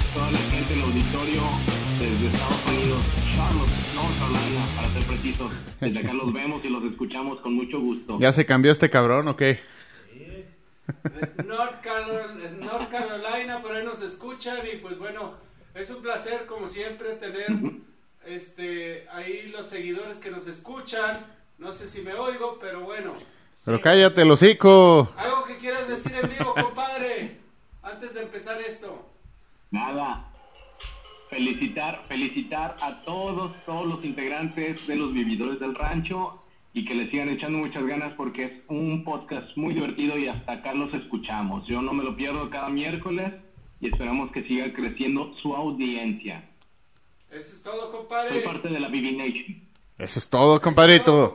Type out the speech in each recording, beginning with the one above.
toda la gente del auditorio desde Estados Unidos, Charlotte, North Carolina, para ser precisos. Desde acá los vemos y los escuchamos con mucho gusto. ¿Ya se cambió este cabrón o qué? Sí. North Carolina, por ahí nos escuchan y pues bueno, es un placer como siempre tener ahí los seguidores que nos escuchan. No sé si me oigo, pero bueno. Pero sí. Cállate, el hocico. ¿Algo que quieras decir en vivo, compadre? Antes de empezar esto. Nada. Felicitar a todos los integrantes de los Vividores del Rancho y que le sigan echando muchas ganas porque es un podcast muy divertido y hasta acá los escuchamos. Yo no me lo pierdo cada miércoles y esperamos que siga creciendo su audiencia. Eso es todo, compadre. Soy parte de la Vivi Nation. Eso es todo, compadrito.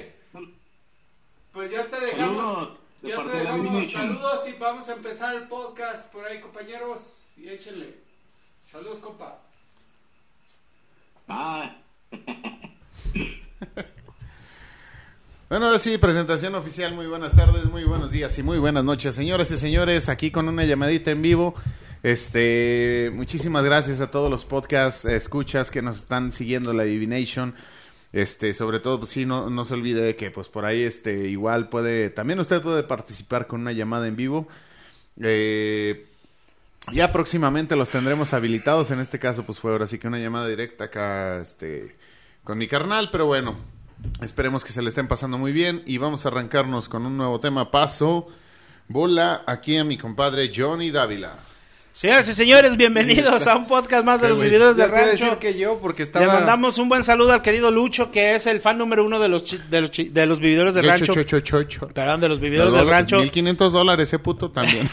Pues ya te dejamos. Saludos y vamos a empezar el podcast por ahí, compañeros. Y échenle. Saludos, compa. Bueno, ahora sí, presentación oficial. Muy buenas tardes, muy buenos días y muy buenas noches, señoras y señores. Aquí con una llamadita en vivo. Muchísimas gracias a todos los podcast escuchas que nos están siguiendo la Vivi Nation. Sobre todo, pues sí, no se olvide de que pues por ahí igual también usted puede participar con una llamada en vivo. Ya próximamente los tendremos habilitados. En este caso pues fue ahora sí que una llamada directa acá con mi carnal, pero bueno, esperemos que se le estén pasando muy bien y vamos a arrancarnos con un nuevo tema. Paso bola aquí a mi compadre Johnny Dávila. Señoras y señores, bienvenidos a un podcast más de los Vividores del Rancho. Le mandamos un buen saludo al querido Lucho, que es el fan número 1 de los Vividores del Rancho. Perdón, de los Vividores del Rancho. $1,500 ese puto también.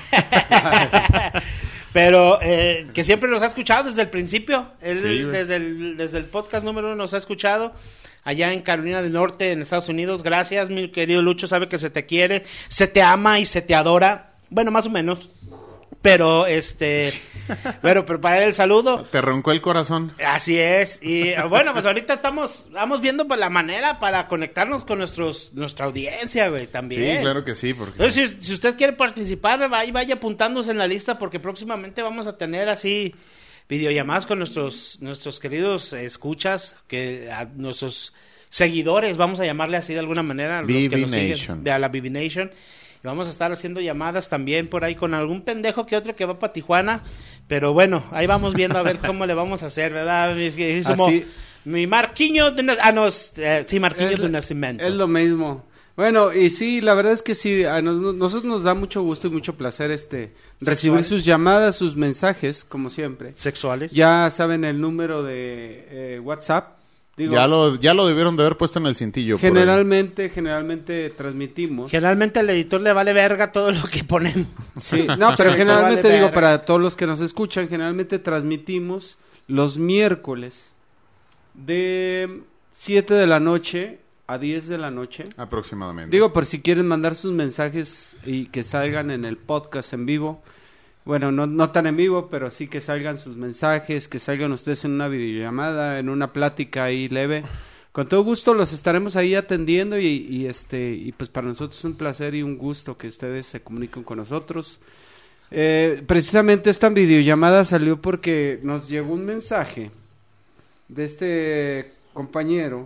Pero que siempre nos ha escuchado desde el principio. Él desde el podcast número 1 nos ha escuchado. Allá en Carolina del Norte, en Estados Unidos. Gracias, mi querido Lucho. Sabe que se te quiere, se te ama y se te adora. Bueno, más o menos. Pero pero para él el saludo. Te roncó el corazón. Así es. Y bueno, pues ahorita vamos viendo la manera para conectarnos con nuestra audiencia, güey, también. Sí, claro que sí. Porque... Entonces, si usted quiere participar, vaya apuntándose en la lista porque próximamente vamos a tener así videollamadas con nuestros queridos escuchas, a nuestros seguidores, vamos a llamarle así de alguna manera, los que nos siguen, a la Vivi Nation. Y vamos a estar haciendo llamadas también por ahí con algún pendejo que otro que va para Tijuana. Pero bueno, ahí vamos viendo a ver cómo le vamos a hacer, ¿verdad? Mi Marquinhos de Marquinhos de Nacimiento. Es lo mismo. Bueno, y sí, la verdad es que sí, a nosotros nos da mucho gusto y mucho placer recibir sus llamadas, sus mensajes, como siempre. Sexuales. Ya saben el número de WhatsApp. Digo, ya lo debieron de haber puesto en el cintillo. Generalmente transmitimos. Generalmente al editor le vale verga todo lo que ponemos. Sí, no, pero generalmente digo, para todos los que nos escuchan, generalmente transmitimos los miércoles de 7 de la noche a 10 de la noche. Aproximadamente. Digo, por si quieren mandar sus mensajes y que salgan en el podcast en vivo. Bueno, no tan en vivo, pero sí que salgan sus mensajes, que salgan ustedes en una videollamada, en una plática ahí leve. Con todo gusto los estaremos ahí atendiendo y pues para nosotros es un placer y un gusto que ustedes se comuniquen con nosotros. Precisamente esta videollamada salió porque nos llegó un mensaje de este compañero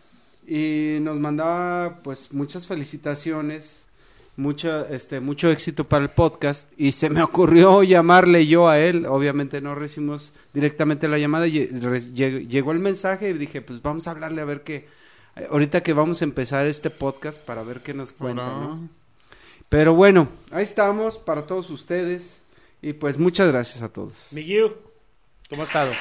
y nos mandaba pues muchas felicitaciones. Mucho éxito para el podcast y se me ocurrió llamarle yo a él. Obviamente no recibimos directamente la llamada, llegó el mensaje y dije pues vamos a hablarle a ver ahorita que vamos a empezar este podcast para ver qué nos cuenta, ¿no? Pero bueno, ahí estamos para todos ustedes y pues muchas gracias a todos. Miguel, ¿cómo has estado?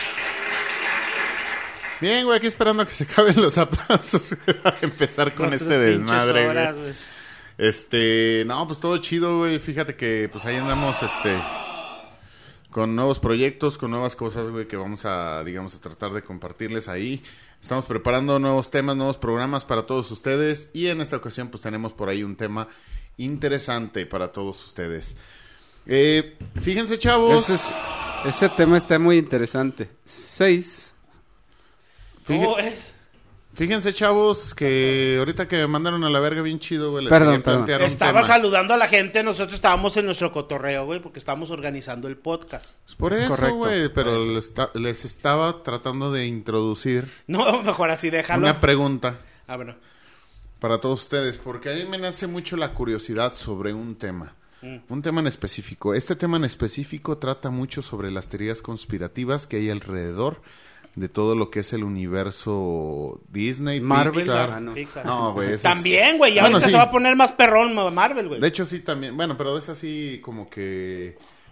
Bien, güey, aquí esperando a que se acaben los aplausos a empezar con desmadre, horas, güey. No, pues todo chido, güey. Fíjate que pues ahí andamos, con nuevos proyectos, con nuevas cosas, güey, que vamos a tratar de compartirles ahí. Estamos preparando nuevos temas, nuevos programas para todos ustedes y en esta ocasión pues tenemos por ahí un tema interesante para todos ustedes. Fíjense, chavos. Ese tema está muy interesante. 6. ¿Cómo es? Fíjense, chavos, que ahorita que me mandaron a la verga bien chido, güey, les Perdón, quería plantear un Estaba tema. saludando a la gente, nosotros estábamos en nuestro cotorreo, güey, porque estábamos organizando el podcast. Pues por Es eso, correcto. güey, pero les estaba tratando de introducir No, mejor así déjalo. una pregunta Ah, bueno. para todos ustedes, porque a mí me nace mucho la curiosidad sobre un tema. Un tema en específico. Este tema en específico trata mucho sobre las teorías conspirativas que hay alrededor de todo lo que es el universo Disney, Marvel. Pixar. Ah, no. Pixar. No, güey. ese es- También, güey, y Bueno, ahorita sí. se va a poner más perrón Marvel, güey. De hecho, sí, también. Bueno, pero es así como que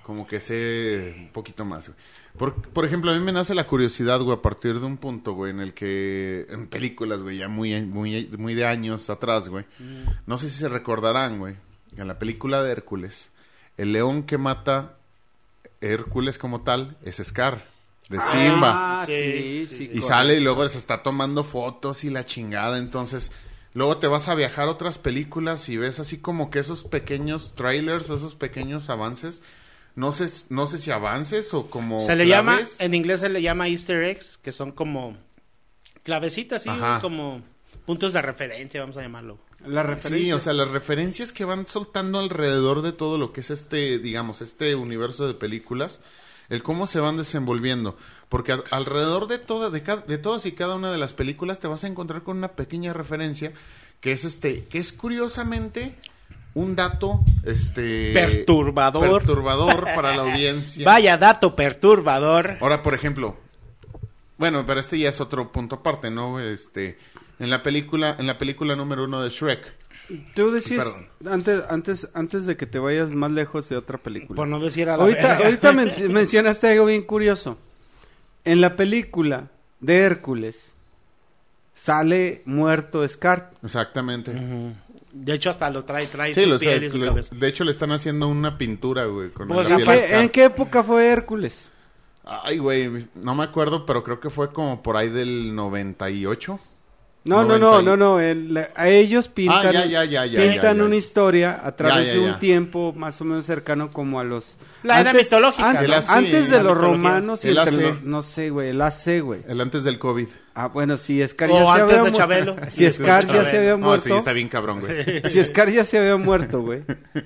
sé un poquito más, güey. Por ejemplo, a mí me nace la curiosidad, güey, a partir de un punto, güey, en el que en películas, güey, ya muy de años atrás, güey. No sé si se recordarán, güey, en la película de Hércules, el león que mata Hércules como tal es Scar, de Simba. Ah, Sí, sí. Y correcto. sale y luego se está tomando fotos y la chingada. Entonces, luego te vas a viajar a otras películas y ves así como que esos pequeños trailers, esos pequeños avances. No sé si avances o como Se le llama, claves. en inglés se le llama Easter eggs, que son como clavecitas, sí, Ajá. como puntos de referencia, vamos a llamarlo. La referencia. Sí, o sea, las referencias que van soltando alrededor de todo lo que es este universo de películas, el cómo se van desenvolviendo, porque alrededor de todas y cada una de las películas te vas a encontrar con una pequeña referencia que es curiosamente un dato perturbador para la audiencia. Vaya dato perturbador. Ahora, por ejemplo, bueno, pero este ya es otro punto aparte, ¿no? En la película número 1 de Shrek. Tú decías, Perdón. antes de que te vayas más lejos de otra película. Por no decir a la Ahorita, verga. mencionaste algo bien curioso. En la película de Hércules sale muerto Scar. Exactamente. Ujú. De hecho, hasta lo trae Sí, su piel y su cabeza. de hecho le están haciendo una pintura, güey, con Pues, la ¿En piel de qué, Scar. en qué época fue Hércules? Ay, güey, no me acuerdo, pero creo que fue como por ahí del 98. No. A ellos pintan, pintan ya. una historia a través de ya. un tiempo más o menos cercano como a los... La era mitológica, antes, ¿no? antes de Sí, los la mitología. romanos y El entre AC. los... No sé, güey, el AC, güey. El antes del COVID. Ah, bueno, si Scar O ya se antes había de muerto. Chabelo. Si Scar ya se había No, muerto. sí, está bien cabrón, güey. Si Scar ya se había muerto, güey.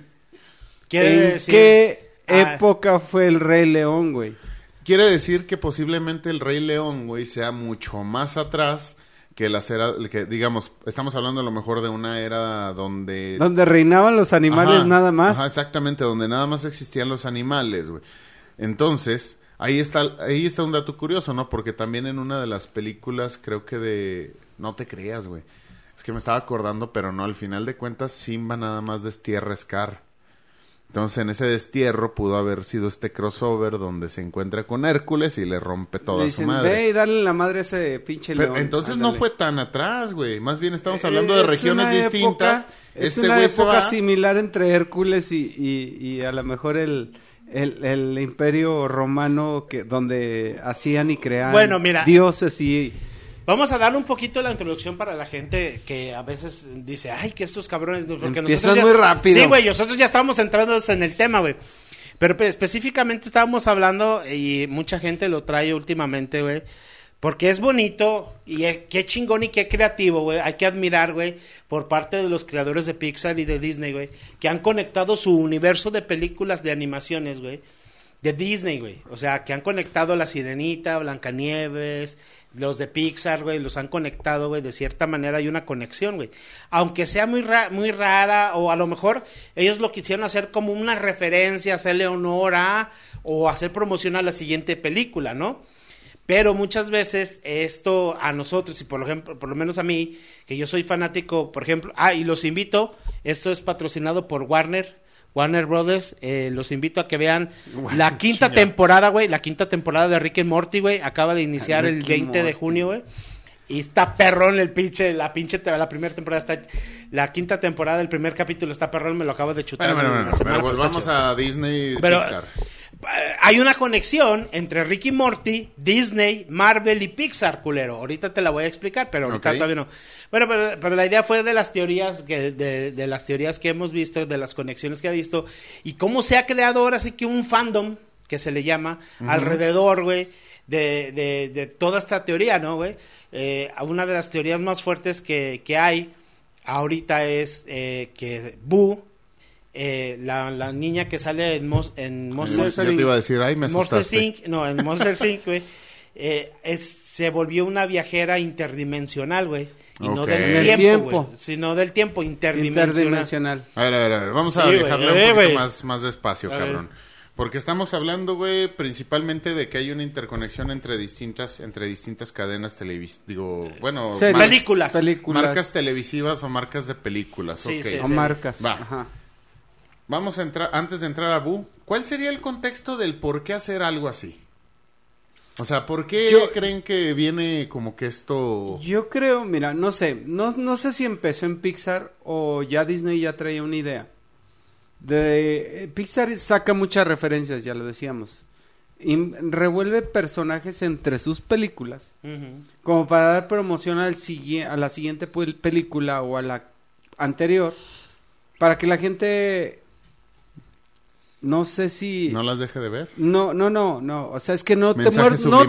Quiere ¿En decir- qué Ah, época fue el Rey León, güey? Quiere decir que posiblemente el Rey León, güey, sea mucho más atrás que digamos, estamos hablando a lo mejor de una era donde... Donde reinaban los animales Ajá, nada más. Ajá, exactamente, donde nada más existían los animales, güey. Entonces, ahí está un dato curioso, ¿no? Porque también en una de las películas, creo que no te creas, güey. Es que me estaba acordando, pero no, al final de cuentas, Simba nada más destierra a Scar. Entonces, en ese destierro pudo haber sido este crossover donde se encuentra con Hércules y le rompe Le toda dicen, su madre. ve y dale la madre a ese pinche Pero león. entonces Ándale. no fue tan atrás, güey. Más bien estamos hablando de Es regiones una distintas. época- es Este una güey se época va... similar entre Hércules y a lo mejor el imperio romano donde hacían y creaban Bueno, mira. dioses y... Vamos a darle un poquito la introducción para la gente que a veces dice, ay, que estos cabrones... Porque Empiezas nosotros muy rápido. Sí, güey, nosotros ya estábamos entrando en el tema, güey. Pero específicamente estábamos hablando, y mucha gente lo trae últimamente, güey, porque es bonito, y qué chingón y qué creativo, güey. Hay que admirar, güey, por parte de los creadores de Pixar y de Disney, güey, que han conectado su universo de películas de animaciones, güey, de Disney, güey. O sea, que han conectado La Sirenita, Blancanieves, los de Pixar, güey, los han conectado, güey. De cierta manera hay una conexión, güey. Aunque sea muy rara, o a lo mejor ellos lo quisieron hacer como una referencia, hacerle honor a, o hacer promoción a la siguiente película, ¿no? Pero muchas veces esto a nosotros, y por ejemplo, por lo menos a mí, que yo soy fanático, por ejemplo, y los invito, esto es patrocinado por Warner Brothers, los invito a que vean la quinta temporada, güey, la quinta temporada de Rick and Morty, güey, acaba de iniciar el 20 de junio, güey, y está perrón la primera temporada está, la quinta temporada, el primer capítulo está perrón, me lo acabo de chutar. Bueno, pero volvamos a Disney y Pero, Pixar. Hay una conexión entre Rick y Morty, Disney, Marvel y Pixar, culero. Ahorita te la voy a explicar, pero ahorita Ok. todavía no. Bueno, pero la idea fue de las teorías de las teorías que hemos visto, de las conexiones que ha visto, y cómo se ha creado ahora sí que un fandom que se le llama, alrededor, güey, de toda esta teoría, ¿no, güey? Una de las teorías más fuertes que hay ahorita es que Boo, la niña que sale en Monster Yo te iba a decir, ay, me asustaste. en Monster Inc, güey, se volvió una viajera interdimensional, güey. Y no del tiempo, güey, sino del tiempo interdimensional. A ver, vamos a viajarle un poquito más despacio, cabrón. Porque estamos hablando, güey, principalmente de que hay una interconexión entre distintas cadenas televisivas, películas. Marcas televisivas o marcas de películas, sí, okay. O marcas. Va. Ajá. Vamos a entrar, antes de entrar a Boo, ¿cuál sería el contexto del por qué hacer algo así? O sea, ¿por qué creen que viene como que esto...? Yo creo, mira, no sé si empezó en Pixar o ya Disney ya traía una idea. Pixar saca muchas referencias, ya lo decíamos. Y revuelve personajes entre sus películas, como para dar promoción a la siguiente película o a la anterior, para que la gente... No sé si... ¿No las deje de ver? No. O sea, es que no te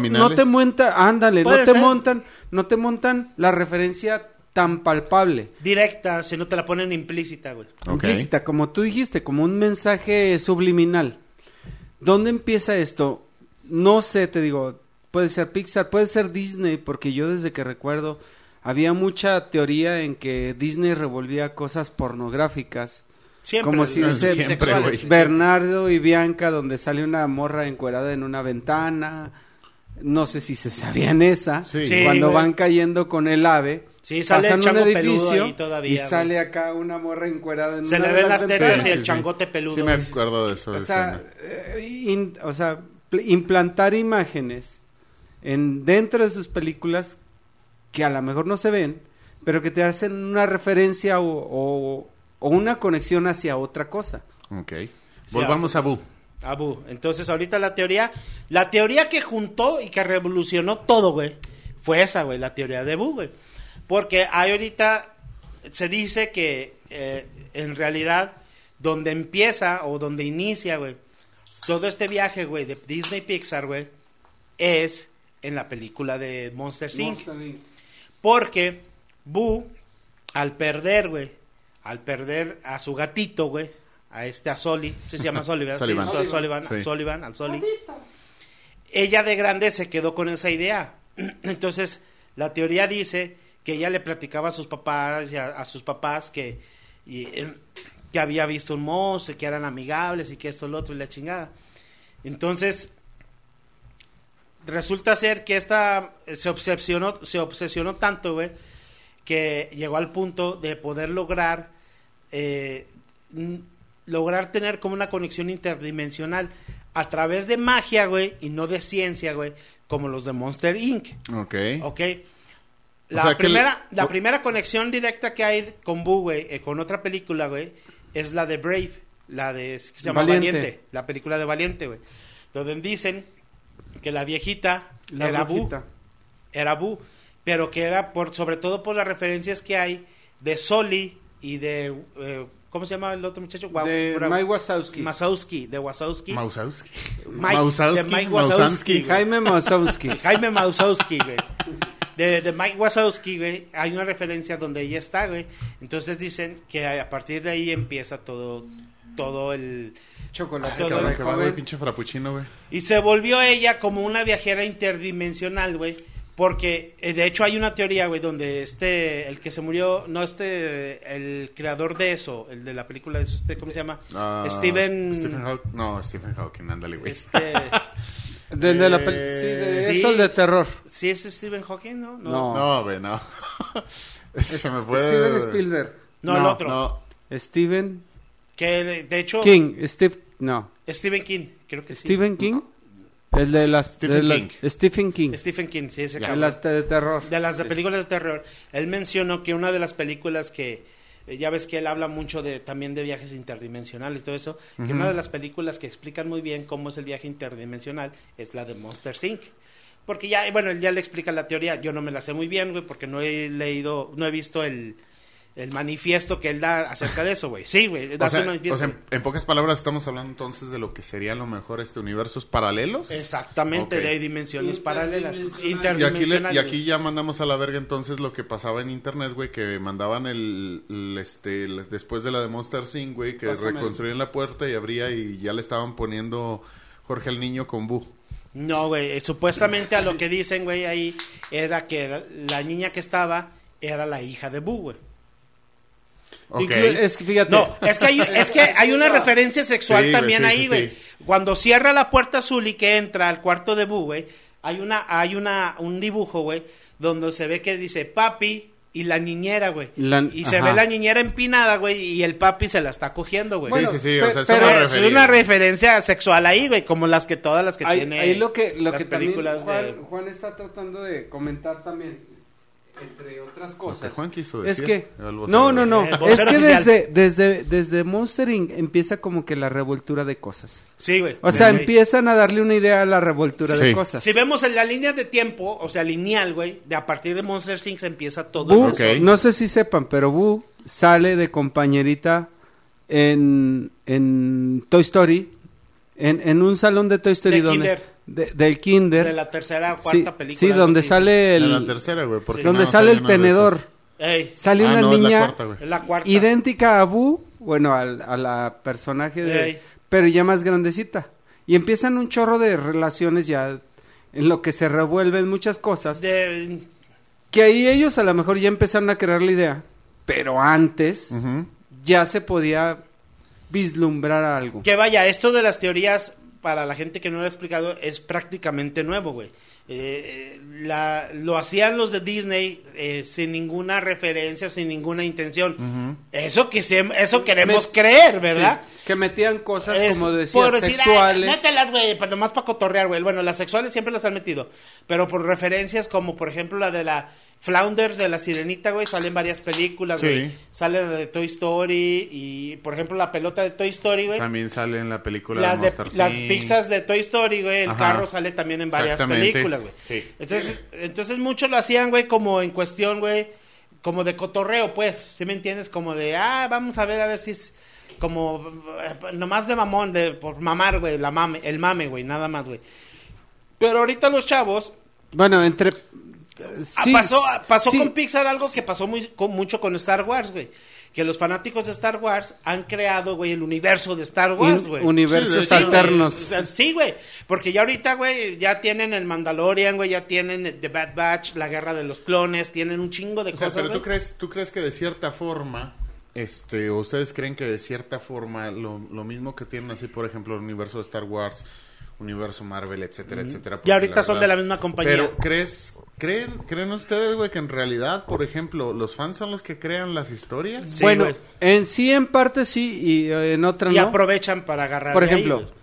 montan la referencia tan palpable. Directa, si no te la ponen implícita, güey. Implícita, como tú dijiste, como un mensaje subliminal. ¿Dónde empieza esto? No sé, te digo, puede ser Pixar, puede ser Disney, porque yo desde que recuerdo había mucha teoría en que Disney revolvía cosas pornográficas. Siempre, como si dice siempre, Bernardo y Bianca, donde sale una morra encuerada en una ventana. No sé si se sabían esa. Sí, cuando güey. van cayendo con el ave, sí, sale pasan el chango un edificio peludo ahí todavía, y güey. sale acá una morra encuerada en Se una le de ven las tetas ventanas. y el changote peludo. Sí me acuerdo de eso. O sea, implantar imágenes dentro de sus películas que a lo mejor no se ven, pero que te hacen una referencia o una conexión hacia otra cosa. Ok. Volvamos a Boo. Entonces, ahorita la teoría que juntó y que revolucionó todo, güey, fue esa, güey, la teoría de Boo, güey. Porque hay ahorita, se dice que en realidad, donde empieza o donde inicia, güey, todo este viaje, güey, de Disney Pixar, güey, es en la película de Monster Inc. Porque Boo, al perder a su gatito, güey, a Soli, se llama Soli, ¿verdad? Sullivan, al Soli. Ella de grande se quedó con esa idea. Entonces, la teoría dice que ella le platicaba a sus papás a sus papás que había visto un monstruo, que eran amigables y que esto, lo otro y la chingada. Entonces, resulta ser que esta se obsesionó tanto, güey, que llegó al punto de poder lograr tener como una conexión interdimensional a través de magia, güey, y no de ciencia, güey, como los de Monster Inc. Ok. La primera conexión directa que hay con Boo, güey, con otra película, güey, es la de Brave, que se llama Valiente, la película de Valiente, güey, donde dicen que la viejita era Boo, pero que era sobre todo por las referencias que hay de Soli y de ¿cómo se llama el otro muchacho? Mike Wazowski. Jaime Mausowski, güey. De Mike Wazowski, güey, hay una referencia donde ella está, güey. Entonces dicen que a partir de ahí empieza todo el chocolate. Que va de pinche frappuccino, güey. Y se volvió ella como una viajera interdimensional, güey. Porque, de hecho, hay una teoría, güey, donde el que se murió, el creador de eso, el de la película de eso, ¿cómo se llama? Stephen Hawking, ándale, güey. Eso, el de terror. ¿Sí es Stephen Hawking, no? No, güey, no. Se me fue. Steven Spielberg. No, el otro. No. Steven. Que, de hecho. King. Stephen King, creo que sí. ¿Stephen King? El de las... Stephen King. Stephen King, sí, ese cabrón. De las de terror. De las de películas de terror. Él mencionó que una de las películas que... ya ves que él habla mucho también de viajes interdimensionales y todo eso. Que una de las películas que explican muy bien cómo es el viaje interdimensional es la de Monster Inc. Porque ya, bueno, él ya le explica la teoría. Yo no me la sé muy bien, güey, porque no he visto el manifiesto que él da acerca de eso, güey. Sí, güey, da su manifiesto. O sea, en pocas palabras estamos hablando entonces de lo que sería a lo mejor universos paralelos. Exactamente, Ok. de dimensiones paralelas, Y interdimensionales. aquí ya mandamos a la verga entonces lo que pasaba en internet, güey, que mandaban después de la de Monster Inc., güey, que Pásame. reconstruían la puerta y abría y ya le estaban poniendo Jorge el Niño con Bu. No, güey, supuestamente a lo que dicen, güey, ahí era que la niña que estaba era la hija de Boo, güey. Ok. Es que fíjate. No, es que hay una referencia sexual Sí, también güey, sí, ahí, sí, güey. sí. Cuando cierra la puerta azul y que entra al cuarto de Boo, güey, hay un dibujo, güey, donde se ve que dice papi y la niñera, güey. Y se Ajá. ve la niñera empinada, güey, y el papi se la está cogiendo, güey. Bueno, sí, o sea, pero eso Es una referencia sexual ahí, güey, como todas las que tiene Ahí lo que las también películas de... Juan está tratando de comentar también, entre otras cosas. Juan quiso es decir, que el vocero. no, El es vocero que oficial. desde Monster Inc. empieza como que la revoltura de cosas. Sí, güey. O sea, Sí. empiezan a darle una idea a la revoltura Sí. de cosas. Si vemos en la línea de tiempo, o sea, lineal, güey, de a partir de Monster Inc. se empieza todo Boo, Ok. no sé si sepan, pero Boo sale de compañerita en Toy Story, en un salón de Toy Story De donde kinder. del kinder. de la tercera o cuarta película. Sí, algo donde así. sale De el la tercera, güey. porque donde no, sale sale el una de tenedor. esas. Ey, Sale Ah, una no, es la niña cuarta, güey. es la cuarta. idéntica a Boo, bueno, a la personaje Ey. pero ya más grandecita. Y empiezan un chorro de relaciones ya en lo que se revuelven muchas cosas. De- Que ahí ellos a lo mejor ya empezaron a crear la idea, pero antes Ujú. ya se podía vislumbrar algo. Que vaya, esto de las teorías, para la gente que no lo ha explicado, es prácticamente nuevo, güey. Lo hacían los de Disney sin ninguna referencia, sin ninguna intención. Eso queremos creer, ¿verdad? Sí, que metían cosas Es, como decía por decir, sexuales. "Ay, mételas, güey, pero nomás para cotorrear, güey. Bueno, las sexuales siempre las han metido, pero por referencias como, por ejemplo, la de la Flounder de la Sirenita, güey, salen varias películas, Sí. güey. Sale la de Toy Story y, por ejemplo, la pelota de Toy Story, güey. También sale en la película Las, de Monster las Inc. pizzas de Toy Story, güey, el Ajá. carro sale también en varias Exactamente. películas, güey. Sí. Entonces muchos lo hacían, güey, como en cuestión, güey, como de cotorreo, pues, ¿sí me entiendes? Como de, vamos a ver si es como nomás de mamón, por mamar, güey, el mame, güey, nada más, güey. Pero ahorita los chavos Bueno, entre sí, pasó sí, con Pixar algo que pasó mucho con Star Wars, güey. Que los fanáticos de Star Wars han creado, güey, el universo de Star Wars, güey. universos Sí, de hecho, alternos. O sea, sí, güey. Porque ya ahorita, güey, ya tienen el Mandalorian, güey, ya tienen The Bad Batch, la Guerra de los Clones, tienen un chingo de O sea, cosas, pero güey. ¿tú crees que de cierta forma, o ustedes creen que de cierta forma lo mismo que tienen así, por ejemplo, el universo de Star Wars, universo Marvel, etcétera, etcétera? Y porque ahorita son verdad- de la misma compañía. Pero ¿creen ustedes, güey, que en realidad, por ejemplo, los fans son los que crean las historias? Sí, bueno, güey. en sí en parte sí y en otra Y no. aprovechan para agarrar Por de ahí, ejemplo, güey.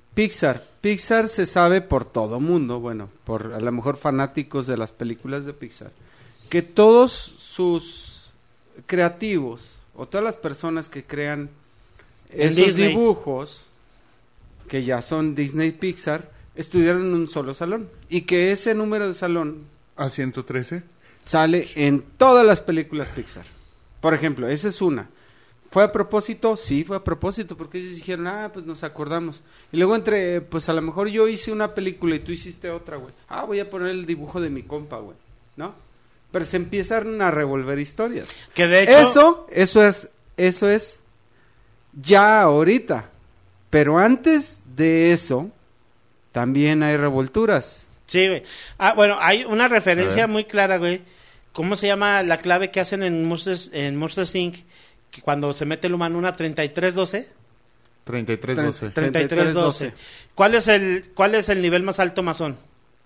Pixar se sabe por todo mundo, bueno, por a lo mejor fanáticos de las películas de Pixar, que todos sus creativos o todas las personas que crean En esos Disney. dibujos, que ya son Disney Pixar, estudiaron en un solo salón y que ese número de salón ¿A 113? sale en todas las películas Pixar. Por ejemplo, esa es una. ¿Fue a propósito? Sí, fue a propósito, porque ellos dijeron, pues nos acordamos. Y luego pues a lo mejor yo hice una película y tú hiciste otra, güey. Voy a poner el dibujo de mi compa, güey. ¿No? Pero se empiezan a revolver historias. Que de hecho... Eso es ya ahorita. Pero antes de eso, también hay revolturas. Sí, güey. Bueno, hay una A referencia ver. muy clara, güey. ¿Cómo se llama la clave que hacen en Monsters Inc? Que cuando se mete el humano, una 3312. 3312. 3312. ¿Cuál es el nivel más alto masón?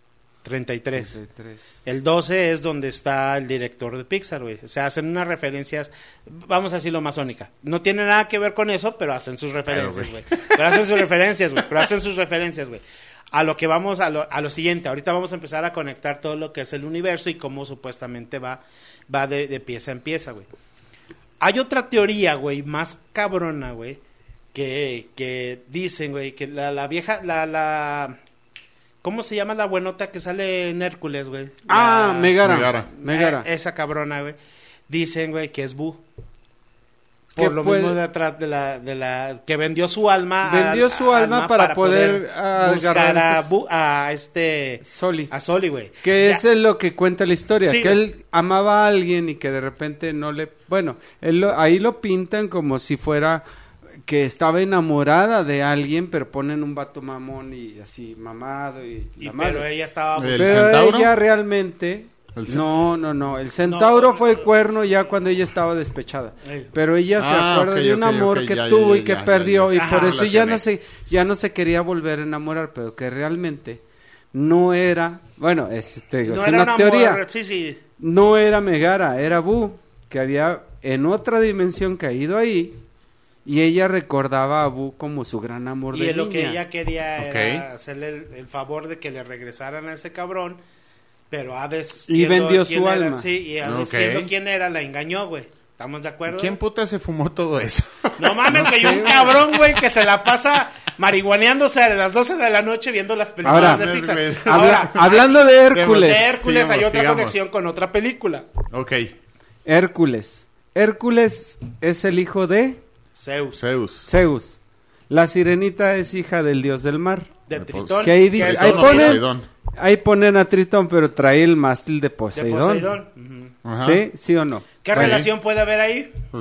33. 33. El 12 es donde está el director de Pixar, güey. O sea, hacen unas referencias, vamos a decirlo masónica. No tiene nada que ver con eso, pero hacen sus referencias, güey. Pero hacen sus referencias, güey. A lo que vamos, a lo siguiente. Ahorita vamos a empezar a conectar todo lo que es el universo y cómo supuestamente va de pieza en pieza, güey. Hay otra teoría, güey, más cabrona, güey, que dicen, güey, que la vieja, ¿cómo se llama la buenota que sale en Hércules, güey? Megara. Esa cabrona, güey. dicen, güey, que es Boo. Que Por lo puede- mismo de atrás de la que vendió su alma. Vendió su alma para poder buscar agarrar a, esas- a Soli. Soli, güey. Que Ya. es lo que cuenta la historia, Sí, que güey. él amaba a alguien y que de repente no le... Bueno, ahí lo pintan como si fuera que estaba enamorada de alguien, pero ponen un vato mamón y así mamado y la madre. Pero ella estaba... ¿El Pero centauro? ella realmente... No. El centauro fue el cuerno ya cuando ella estaba despechada. Ey. Pero ella se Ah, acuerda ok, de un ok, amor ok, que ya, tuvo ya, y que ya, perdió. ya. Y Ajá, por eso ya relacioné. ya no se quería volver a enamorar. Pero que realmente no era... Bueno, No es era una un teoría. amor, sí. No era Megara, era Boo, que había en otra dimensión caído ahí. Y ella recordaba a Boo como su gran amor Y de lo que niña. ella quería Ok. era hacerle el favor de que le regresaran a ese cabrón, pero Hades... Y siendo vendió quien su era, alma. Sí, y Hades Ok. siendo quien era, la engañó, güey. ¿Estamos de acuerdo? ¿Quién puta se fumó todo eso? No mames, No que hay sé, un güey. cabrón, güey, que se la pasa marihuaneándose a las 12 de la noche viendo las películas Ahora, de Pixar. güey. Ahora, Hablando de Hércules. de Hércules hay Sigamos, otra sigamos. conexión con otra película. Ok, Hércules. Hércules es el hijo de Zeus. Zeus. Zeus. La sirenita es hija del dios del mar. De De Tritón. Que ahí dice- es ahí conocido ponen- Poseidón. Ahí ponen a Tritón, pero trae el mástil de de Poseidón. Poseidón. Ujú. Ajá. ¿Sí? ¿Sí o no? ¿Qué Bueno, relación puede haber ahí? Pues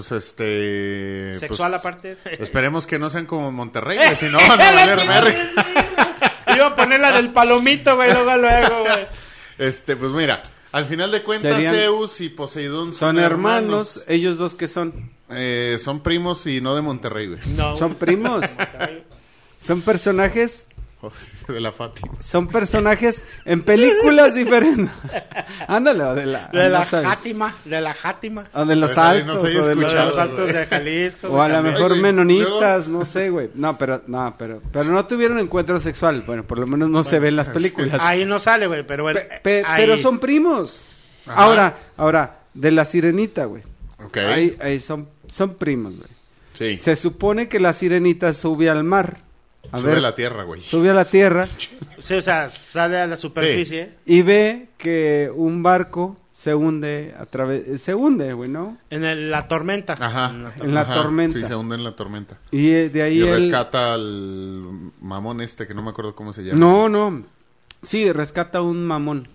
Sexual pues, aparte. Esperemos que no sean como en Monterrey, güey, si no van a valer verga. Iba a poner la del palomito, güey, luego, güey. Pues mira, al final de cuentas Serían- Zeus y Poseidón Son hermanos. Ellos dos que son. Son primos y no de Monterrey, güey. No. Son primos. Son personajes. De la Fátima. Son personajes en películas diferentes. Ándale, o de la... De la no sabes. Játima, de la Játima. O de los Ojalá y altos. no se haya o de De los- escuchado. los altos de Jalisco. O a lo también. mejor güey, menonitas, no sé, güey. Pero no tuvieron encuentro sexual. Bueno, por lo menos no se ve en las películas. Ahí no sale, güey, pero bueno. ahí- Pero son primos. Ajá. Ahora, de la sirenita, güey. Ok. Ahí son primos, güey. Sí. Se supone que la sirenita sube al mar. Sube a la tierra, güey. Sube a la tierra Sí, o sea, sale a la superficie. y ve que un barco se hunde se hunde, güey, ¿no? En la tormenta. Ajá. En la Ajá. tormenta. Sí, se hunde en la tormenta. Y de ahí Y él... rescata al mamón que no me acuerdo cómo se llama. No. Sí, rescata un mamón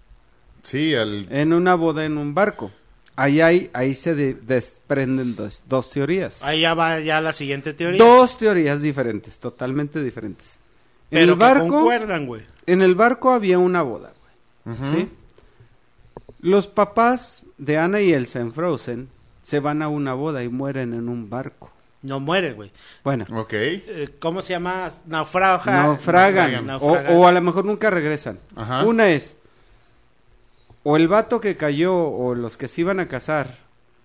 Sí, al... en una boda en un barco. Ahí se desprenden dos teorías. Ahí ya va ya la siguiente teoría. Dos teorías diferentes, totalmente diferentes. En pero el que barco, concuerdan, güey. en el barco había una boda, güey. Ujú. ¿Sí? Los papás de Anna y Elsa en Frozen se van a una boda y mueren en un barco. No muere, güey. Bueno, Ok. ¿Cómo se llama? Naufragan. naufragan. Naufragan. O a lo mejor nunca regresan. Ajá. Una es, o el vato que cayó, o los que se iban a casar,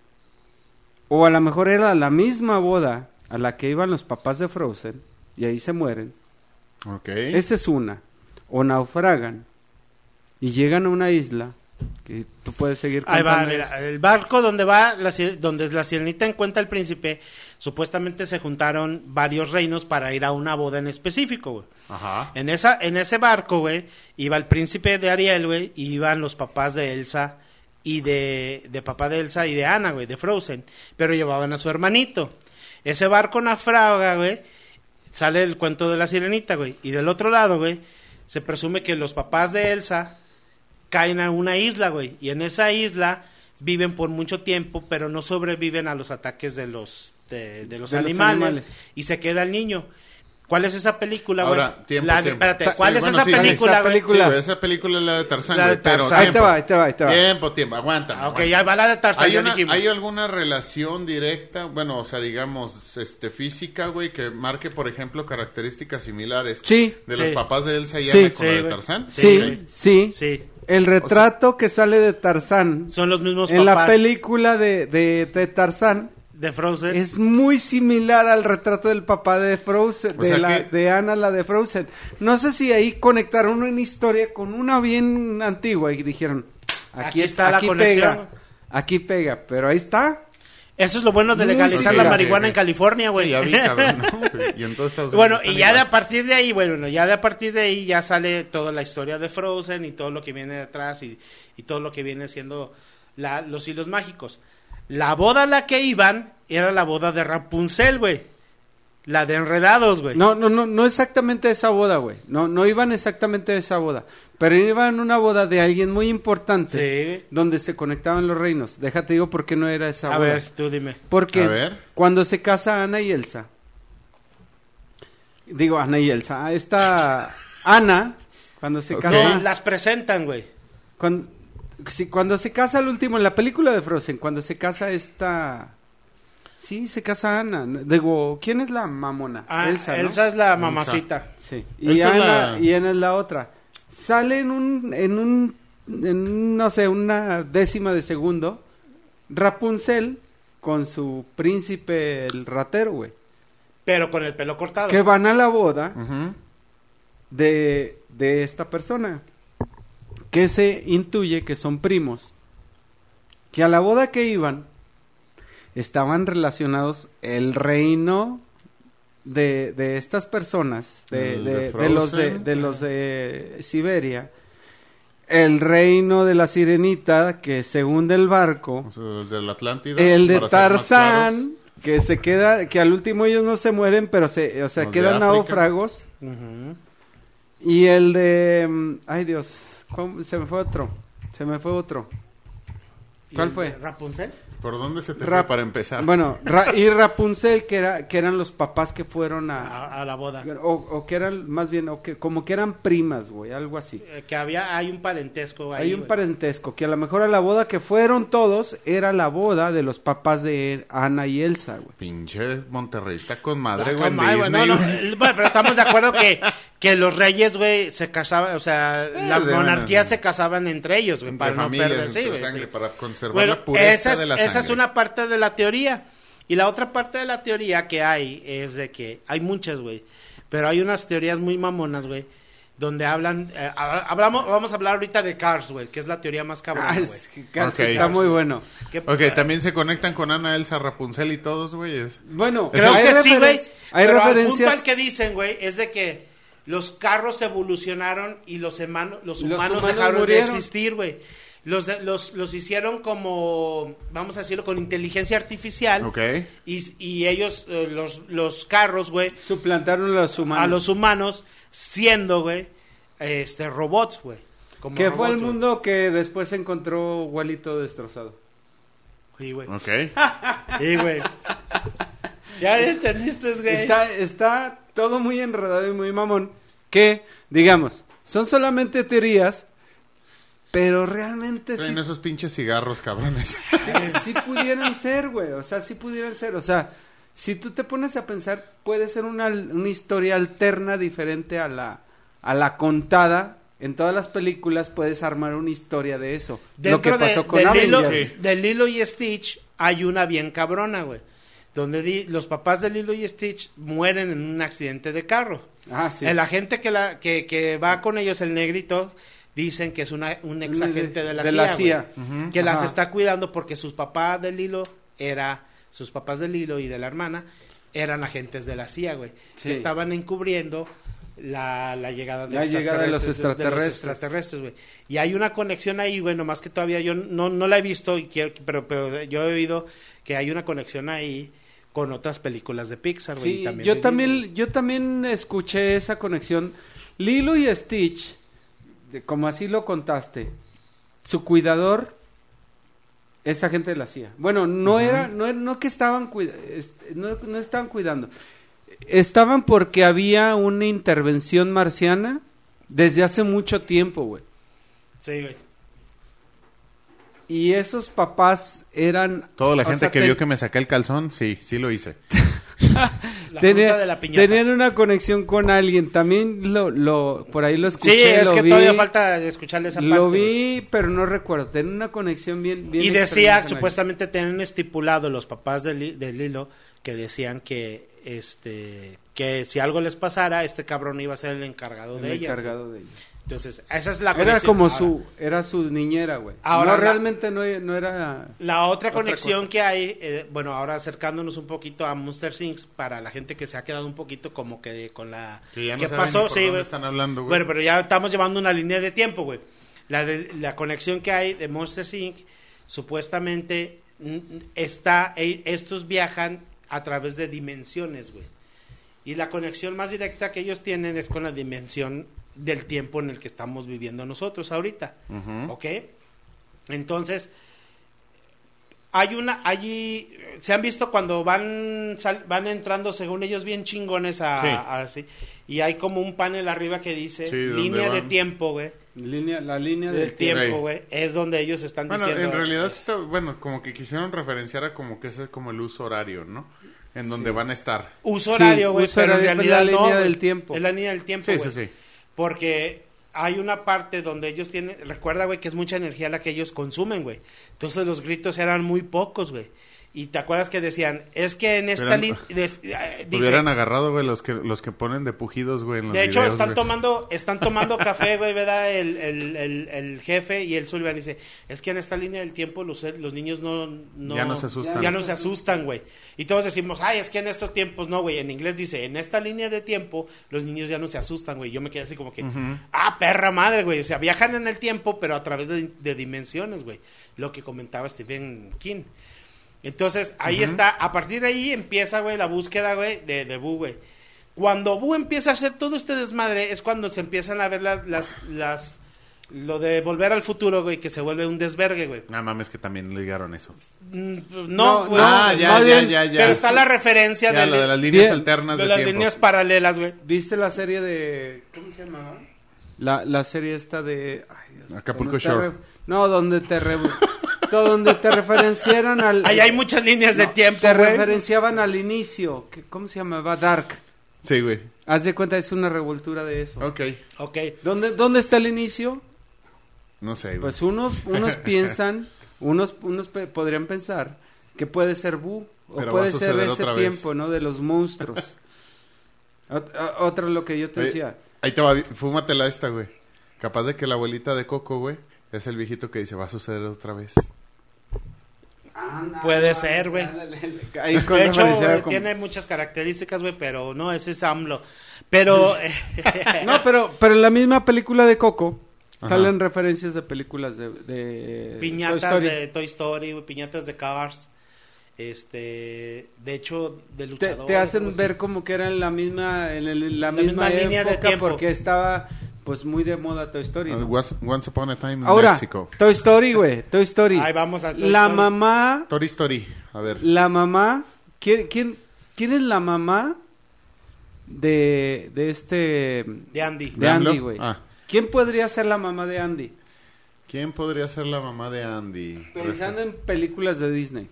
o a lo mejor era la misma boda a la que iban los papás de Frozen, y ahí se mueren. Ok. Esa es una. O naufragan y llegan a una isla que tú puedes seguir Ahí va, contando. mira, el barco donde va donde la sirenita encuentra al príncipe, supuestamente se juntaron varios reinos para ir a una boda en específico, güey. Ajá. En ese barco, güey, iba el príncipe de Ariel, güey, y iban los papás de Elsa y de papá de Elsa y de Anna, güey, de Frozen, pero llevaban a su hermanito. Ese barco naufraga, güey, sale el cuento de la sirenita, güey, y del otro lado, güey, se presume que los papás de Elsa caen a una isla, güey, y en esa isla viven por mucho tiempo, pero no sobreviven a los ataques de los animales, y se queda el niño. ¿Cuál es esa película, güey? Ahora, tiempo. Espérate, ¿cuál Sí, es bueno, esa sí, película, esa güey? película. Sí, güey, esa película es la de Tarzán, La de güey, pero Tarzán. Ahí te va, ahí te va. Tiempo, aguanta. Ah, ok, aguanta. ya va la de Tarzán, ¿Hay, ya dijimos. ¿Hay alguna relación directa, bueno, o sea, digamos, física, güey, que marque, por ejemplo, características similares Sí. de Sí. los papás de Elsa y Sí. Anna con Sí, la de güey. Tarzán? Sí, sí. Sí, El retrato que sale de Tarzán son los mismos en la papás película de Tarzán de Frozen. es muy similar al retrato del papá de Frozen, O sea que- de Anna, la de Frozen. No sé si ahí conectaron una historia con una bien antigua y dijeron, Aquí está la conexión. aquí pega, pero ahí está. Eso es lo bueno de Muy legalizar similar. la marihuana Ok. en California, güey. Sí, ya vi, cabrón, ¿no? Y en todos Estados Bueno, Unidos y ya están de a igual. partir de ahí, bueno, ya de a partir de ahí ya sale toda la historia de Frozen y todo lo que viene detrás y todo lo que viene siendo los hilos mágicos. La boda a la que iban era la boda de Rapunzel, güey. La de Enredados, güey. No exactamente esa boda, güey. No iban exactamente a esa boda. Pero iban a una boda de alguien muy importante. Sí. Donde se conectaban los reinos. Déjate digo por qué no era esa boda. A ver, tú dime. Porque A ver. cuando se casa Ana y Elsa. Digo Ana y Elsa. Esta Ana, cuando se Ok. casa. No, las presentan, güey. Cuando se casa el último, en la película de Frozen, cuando se casa esta... Sí, se casa Ana. Digo, ¿quién es la mamona? Ah, Elsa, ¿no? Elsa es la mamacita. Sí. Elsa es la- Y Ana es la otra. Sale en no sé, una décima de segundo, Rapunzel con su príncipe el ratero, güey. Pero con el pelo cortado. Que van a la boda Ujú. de esta persona. Que se intuye que son primos. Que a la boda que iban estaban relacionados el reino de estas personas, El de de los de Siberia, el reino de la sirenita que se hunde el barco, O sea, desde la Atlántida. el de para ser más Tarzán que se queda, que al último ellos no se mueren, pero Los de quedan África. náufragos, Ujú. y el de, ay Dios, se me fue otro. ¿Y ¿Cuál el fue? de Rapunzel? claros. ¿Por dónde se te Rap- fue para empezar? Bueno, y Rapunzel, que eran los papás que fueron A la boda. o que eran, más bien, como que eran primas, güey, algo así. Que hay un parentesco ahí. Hay un güey. parentesco, que a lo mejor a la boda que fueron todos, era la boda de los papás de Ana y Elsa, güey. Pinche Monterrey está con madre, Ah, güey. en madre, güey, Disney, no, güey. bueno, pero estamos de acuerdo que los reyes, güey, se casaban, o sea, las de monarquías bueno, se casaban entre ellos, güey, Entre para familias, no perder, sí, entre güey, sangre, sí. para conservar Bueno, la pureza esa de la es sangre. una parte de la teoría. Y la otra parte de la teoría que hay es de que hay muchas, güey, pero hay unas teorías muy mamonas, güey, donde hablan, vamos a hablar ahorita de Cars, güey, que es la teoría más cabrona, güey. Es que Cars Ok. está muy bueno. Que- Ok, también se conectan con Ana, Elsa, Rapunzel y todos, güey. Bueno, Creo hay que sí, güey. hay Pero al punto referencias. al que dicen, güey, es de que los carros evolucionaron y los humanos humanos dejaron murieron. de existir, güey. Los hicieron como, vamos a decirlo, con inteligencia artificial. Ok. Y ellos, los carros, güey, Suplantaron a los humanos. a los humanos siendo, güey, robots, güey. Como Que fue el robots, güey. mundo que después encontró Walito destrozado. Sí, güey. Ok. Sí, güey. Ya entendiste, güey. Está todo muy enredado y muy mamón. Que, digamos, son solamente teorías, pero realmente sí, Traen esos pinches cigarros, cabrones. sí pudieran ser, güey. O sea, sí pudieran ser. O sea, si tú te pones a pensar, puede ser una historia alterna diferente a la contada. En todas las películas puedes armar una historia de eso. Lo que pasó con Avengers. De Lilo y Stitch hay una bien cabrona, güey. Donde los papás de Lilo y Stitch mueren en un accidente de carro. Ah, sí. El agente que va con ellos, el negrito, dicen que es un ex agente de la CIA, güey, que las Ajá. está cuidando porque sus papás de Lilo y de la hermana eran agentes de la CIA, güey, Sí. que estaban encubriendo la llegada La llegada de los extraterrestres, güey. Y hay una conexión ahí, güey, nomás que todavía yo no la he visto, pero yo he oído que hay una conexión ahí con otras películas de Pixar, güey. Sí, y también yo de también, Disney. yo también escuché esa conexión. Lilo y Stitch, como así lo contaste, su cuidador es agente de la CIA. Bueno, no que estaban no estaban cuidando. Estaban porque había una intervención marciana desde hace mucho tiempo, güey. Sí, güey. Y esos papás eran... Toda la o gente sea, que vio que me saqué el calzón, sí lo hice. La fruta de la piñata. tenían una conexión con alguien. También por ahí lo escuché. Sí, es lo que vi, todavía falta escucharle esa parte. Lo güey. vi, pero no recuerdo. Tenía una conexión bien Y extraña decía, con supuestamente tenían estipulado los papás de Lilo, que decían que si algo les pasara, este cabrón iba a ser el encargado alguien. de El ella. encargado de ella. Entonces, esa es la Era conexión. como Ahora, era su niñera, güey. Ahora No, la- realmente no era... La otra Otra conexión cosa. que hay, bueno, ahora acercándonos un poquito a Monster Inc. para la gente que se ha quedado un poquito como que con la... Que ya no ¿Qué saben pasó? ni por Sí, dónde güey. están hablando, güey. Bueno, pero ya estamos llevando una línea de tiempo, güey. La conexión que hay de Monster Inc. supuestamente estos viajan a través de dimensiones, güey. Y la conexión más directa que ellos tienen es con la dimensión del tiempo en el que estamos viviendo nosotros ahorita. ¿Ok? Entonces, allí se han visto cuando van entrando, según ellos, bien chingones así, y hay como un panel arriba que dice línea de tiempo, güey. La línea del tiempo, güey, es donde ellos están diciendo. Bueno, en realidad como que quisieron referenciar a como que ese es como el uso horario, ¿no? En donde van a estar. Uso horario, güey, pero en realidad la línea del tiempo. Es la línea del tiempo, güey. Sí. Porque hay una parte donde ellos tienen, recuerda, güey, que es mucha energía la que ellos consumen, güey. Entonces los gritos eran muy pocos, güey. Y te acuerdas que decían, es que en esta línea... Hubieran agarrado, güey, los que ponen de pujidos, güey, en los de hecho, videos, están tomando café, güey, ¿verdad? El jefe y el Sullivan dice, es que en esta línea del tiempo los niños no ya no se asustan. Ya no se asustan, güey. Y todos decimos, ay, es que en estos tiempos no, güey. En inglés dice, en esta línea de tiempo los niños ya no se asustan, güey. Yo me quedé así como que, perra madre, güey. O sea, viajan en el tiempo, pero a través de dimensiones, güey. Lo que comentaba Stephen King. Entonces, ahí está, a partir de ahí empieza, güey, la búsqueda, güey, de Boo, güey. Cuando Boo empieza a hacer todo este desmadre, es cuando se empiezan a ver lo de Volver al Futuro, güey, que se vuelve un desvergue, güey. No mames, que también ligaron eso. No, güey. Ya. Pero está la referencia de lo de las líneas alternas de las tiempo. Líneas paralelas, güey. ¿Viste la serie de... ¿Cómo se llamaba? La serie esta de... Ay, Dios, Acapulco Shore. donde te referenciaran al... Ahí hay muchas líneas de tiempo, te güey. referenciaban al inicio. ¿Cómo se llamaba? Dark. Sí, güey. Haz de cuenta, es una revoltura de eso. Ok. ¿Dónde está el inicio? No sé, güey. Pues unos piensan, unos podrían pensar que puede ser Boo. O pero puede ser ese tiempo, ¿no? De los monstruos. Otra lo que yo te decía. Ahí te va, fúmatela esta, güey. Capaz de que la abuelita de Coco, güey, es el viejito que dice, va a suceder otra vez. Puede ser, güey. De hecho, tiene muchas características, güey, pero no, ese es AMLO. Pero... no, pero en la misma película de Coco salen referencias de películas de piñatas de Toy Story, güey, piñatas de Cars. De hecho, de luchadores. Te hacen ver como que era en la misma línea de tiempo, porque estaba pues muy de moda Toy Story, ¿no? Once Upon a Time in Ahora, Mexico. Toy Story, güey, Toy Story. Ahí vamos a Toy Story. Mamá... Toy Story, a ver. La mamá... ¿Quién es la mamá de Andy? De Andy, güey. ¿Quién podría ser la mamá de Andy? ¿Quién podría ser la mamá de Andy? Pensando en películas de Disney.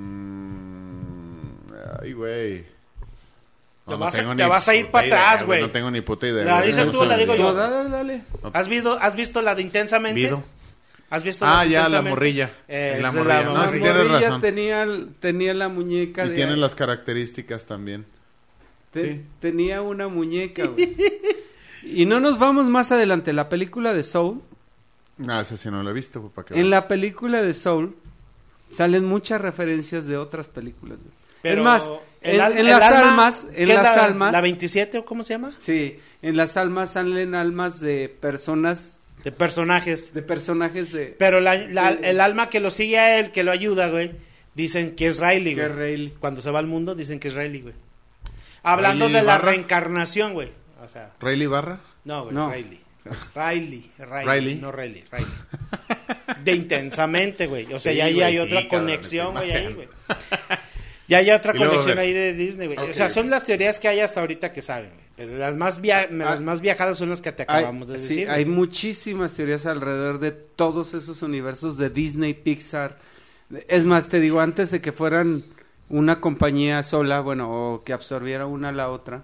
Ay, güey. Te vas a ir para atrás, güey. No tengo ni puta idea. ¿La dices tú o la digo yo? No, dale. ¿Has visto la de Intensamente? ¿Vido? ¿Has visto la de Intensamente? La morrilla. La morrilla. No, sí tienes razón. Tenía la muñeca. Y tiene las características también. Tenía una muñeca, güey. Y no nos vamos más adelante. La película de Soul. No, esa sí no la he visto. ¿Para qué en la película de Soul salen muchas referencias de otras películas, güey. Pero es más, en las almas... ¿La 27 o cómo se llama? Sí, en las almas salen almas de personas... De personajes. Pero el alma que lo sigue a él, que lo ayuda, güey, dicen que es Riley, güey. Riley. Cuando se va al mundo, dicen que es Riley, güey. Hablando de la reencarnación, güey. O sea, ¿Riley Barra? No, güey, no. Riley. No Riley. De Intensamente, güey. O sea, sí, ya hay otra conexión, güey, ahí, güey. Ya hay otra conexión ahí de Disney, güey. Okay. O sea, son las teorías que hay hasta ahorita que saben, güey. Pero las más viajadas son las que te acabamos de decir. Sí, hay muchísimas teorías alrededor de todos esos universos de Disney, Pixar. Es más, te digo, antes de que fueran una compañía sola, bueno, o que absorbiera una a la otra,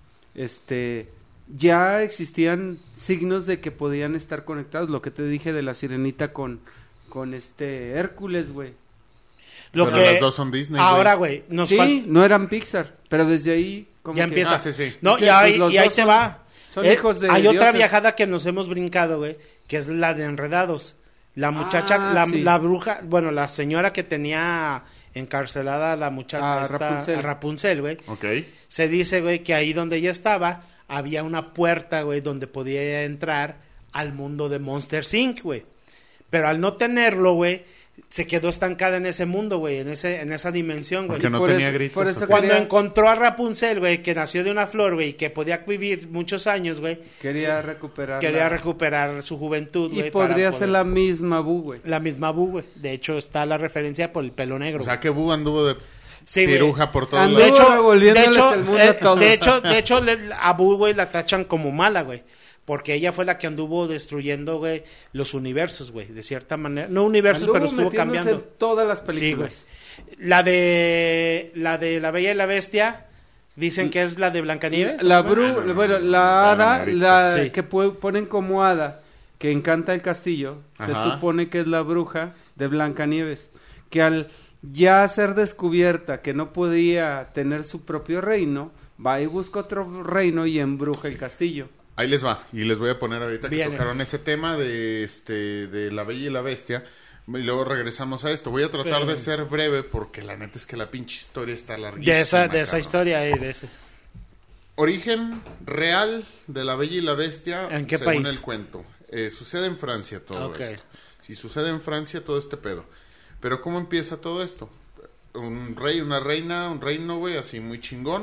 ya existían signos de que podían estar conectados. Lo que te dije de la Sirenita con Hércules, güey. Pero las dos son Disney. Ahora, güey, no eran Pixar, pero desde ahí como ya empieza. Sí. No, y ahí te va. Son hijos de hay dioses. Otra viajada que nos hemos brincado, güey, que es la de Enredados. La muchacha, la bruja, bueno, la señora que tenía encarcelada a la muchacha a Rapunzel, güey. Okay. Se dice, güey, que ahí donde ella estaba había una puerta, güey, donde podía entrar al mundo de Monsters Inc., güey. Pero al no tenerlo, güey, se quedó estancada en ese mundo, güey, en esa dimensión, güey. Porque no Por tenía eso- gritos. por eso ¿o qué? Cuando encontró a Rapunzel, güey, que nació de una flor, güey, que podía vivir muchos años, güey. Quería recuperar. Quería recuperar su juventud, güey. Y podría para ser la misma Bu, güey. la misma Bu, güey. De hecho, está la referencia por el pelo negro. O sea, güey. que Boo anduvo de Sí, güey. piruja por todos Anduvo De lados. hecho, revolviéndoles el mundo a todos. de hecho, a Bu, güey, la tachan como mala, güey. Porque ella fue la que anduvo destruyendo, güey, los universos, güey, de cierta manera. No universos, Anduvo pero estuvo metiéndose cambiando. en todas las Sí, películas. güey. La de La Bella y la Bestia, dicen que es la de Blancanieves. La ¿no, güey? bueno, la la hada, negrita. la Sí. que ponen como hada, que encanta el castillo, se Ajá. supone que es la bruja de Blancanieves, que al ya ser descubierta que no podía tener su propio reino, va y busca otro reino y embruja el castillo. Ahí les va, y les voy a poner ahorita que Viene. tocaron ese tema de La Bella y la Bestia, y luego regresamos a esto. Voy a tratar de ser breve porque la neta es que la pinche historia está larguísima. De esa cabrón. historia, de ese. Origen real de La Bella y la Bestia, ¿En qué según país? el cuento. Sucede en Francia todo Ok. esto. Si sucede en Francia, todo este pedo. Pero ¿cómo empieza todo esto? Un rey, una reina, un reino, güey, así muy chingón.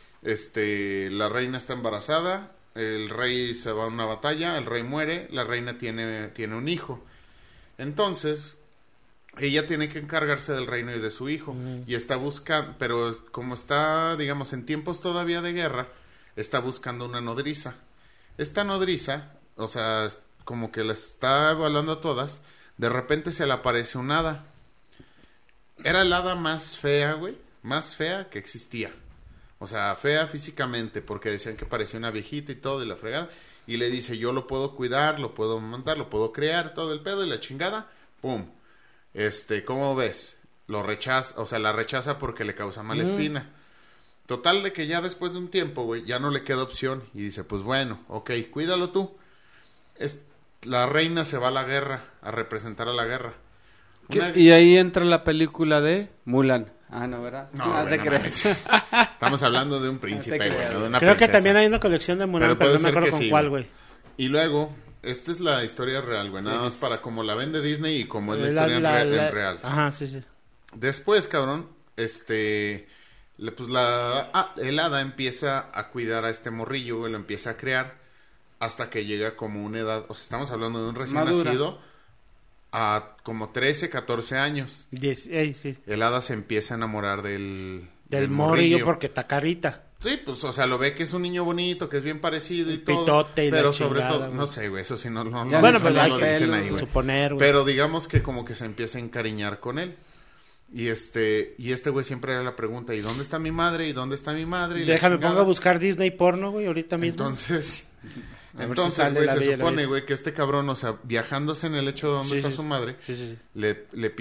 La reina está embarazada, el rey se va a una batalla, el rey muere, la reina tiene un hijo. Entonces, ella tiene que encargarse del reino y de su hijo. Y está buscando, pero como está, digamos, en tiempos todavía de guerra, está buscando una nodriza. Esta nodriza, o sea, como que la está evaluando a todas, de repente se le aparece un hada. Era el hada más fea, güey, más fea que existía. O sea, fea físicamente, porque decían que parecía una viejita y todo, y la fregada. Y le dice, yo lo puedo cuidar, lo puedo montar, lo puedo crear, todo el pedo y la chingada. ¡Pum! ¿Cómo ves? Lo rechaza, o sea, la rechaza porque le causa mala espina. Total de que ya después de un tiempo, güey, ya no le queda opción. Y dice, pues bueno, ok, cuídalo tú. La reina se va a la guerra, a representar a la guerra. Y ahí entra la película de Mulan. Ah, no, ¿verdad? No, te güey, no crees. Estamos hablando de un príncipe, No te güey, creas. no de una Creo que princesa. también hay una colección de Mulan, pero puede no me ser acuerdo que con sí, cuál, güey. Y luego, esta es la historia real, güey. Nada más para como la vende Disney y como es la historia en real. Ajá, sí, sí. Después, cabrón, el hada empieza a cuidar a este morrillo, güey, lo empieza a crear hasta que llega como una edad, o sea, estamos hablando de un recién Madura. nacido a como 13, 14 años. Sí. El hada se empieza a enamorar del Morrillo porque está carita. Sí, pues, o sea, lo ve que es un niño bonito, que es bien parecido y El todo. pitote y la pero sobre chingada, todo, güey. no sé, güey, eso sí no Ya Bueno, ni pues sale hay lo el dicen pelo, ahí, güey. suponer, güey. Pero digamos que como que se empieza a encariñar con él. Y este güey siempre era la pregunta, ¿y dónde está mi madre? ¿Y dónde está mi madre? Y la Déjame, chingada. pongo a buscar Disney porno, güey, ahorita mismo. Entonces, A ver si sale güey, La se Bella y la supone, Bestia. güey, que este cabrón, o sea, viajándose en el hecho de dónde Sí, está sí, su sí. madre, Sí. le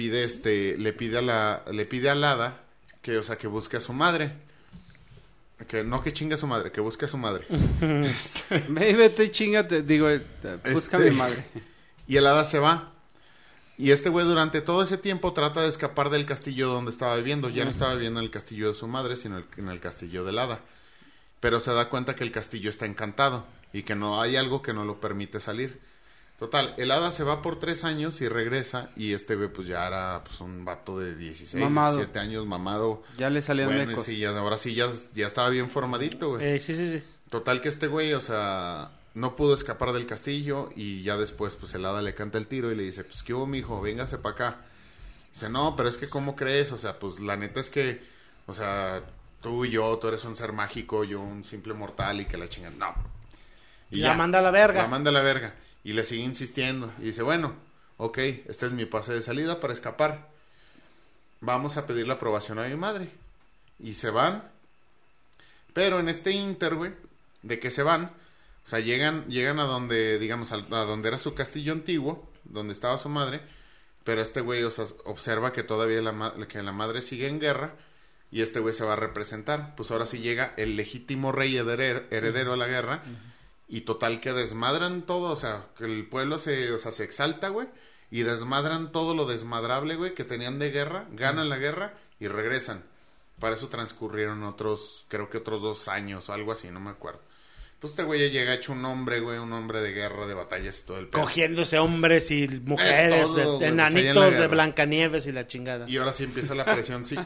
pide al hada que, o sea, que busque a su madre. Que no que chingue a su madre, que busque a su madre. Ve, vete y chingate, digo, busca a mi madre. Y el hada se va. Y este güey durante todo ese tiempo trata de escapar del castillo donde estaba viviendo. Ya no estaba viviendo en el castillo de su madre, sino en el castillo del hada. Pero se da cuenta que el castillo está encantado y que no hay algo que no lo permite salir. Total, el hada se va por 3 años y regresa. Y este güey pues ya era pues, un vato de 16, Mamado. 17 años, mamado. Ya le salían Bueno, mecos. sí, ahora sí ya estaba bien formadito, güey. Sí. Total que este güey, o sea, no pudo escapar del castillo y ya después, pues, el hada le canta el tiro y le dice, pues, ¿qué hubo, mijo? Véngase para acá. Dice, no, pero es que, ¿cómo crees? O sea, pues, la neta es que, o sea, tú y yo, tú eres un ser mágico, yo un simple mortal y que la chingan. No. Y La manda a la verga. La manda a la verga. Y le sigue insistiendo. Y dice, bueno, ok, este es mi pase de salida para escapar. Vamos a pedir la aprobación a mi madre. Y se van. Pero en este inter, güey, de que se van, o sea, llegan a donde, digamos, a donde era su castillo antiguo, donde estaba su madre, pero este güey, o sea, observa que todavía la madre sigue en guerra, y este güey se va a representar. Pues ahora sí llega el legítimo rey heredero a la guerra, y total que desmadran todo, o sea, que el pueblo se exalta, güey, y desmadran todo lo desmadrable, güey, que tenían de guerra, ganan la guerra y regresan. Para eso transcurrieron creo que otros 2 años o algo así, no me acuerdo. Pues este güey ya llega hecho un hombre, güey, un hombre de guerra, de batallas y todo el pedo. Cogiéndose hombres y mujeres, todo, güey, pues, enanitos ahí en la de guerra. Blancanieves y la chingada. Y ahora sí empieza la presión, sí.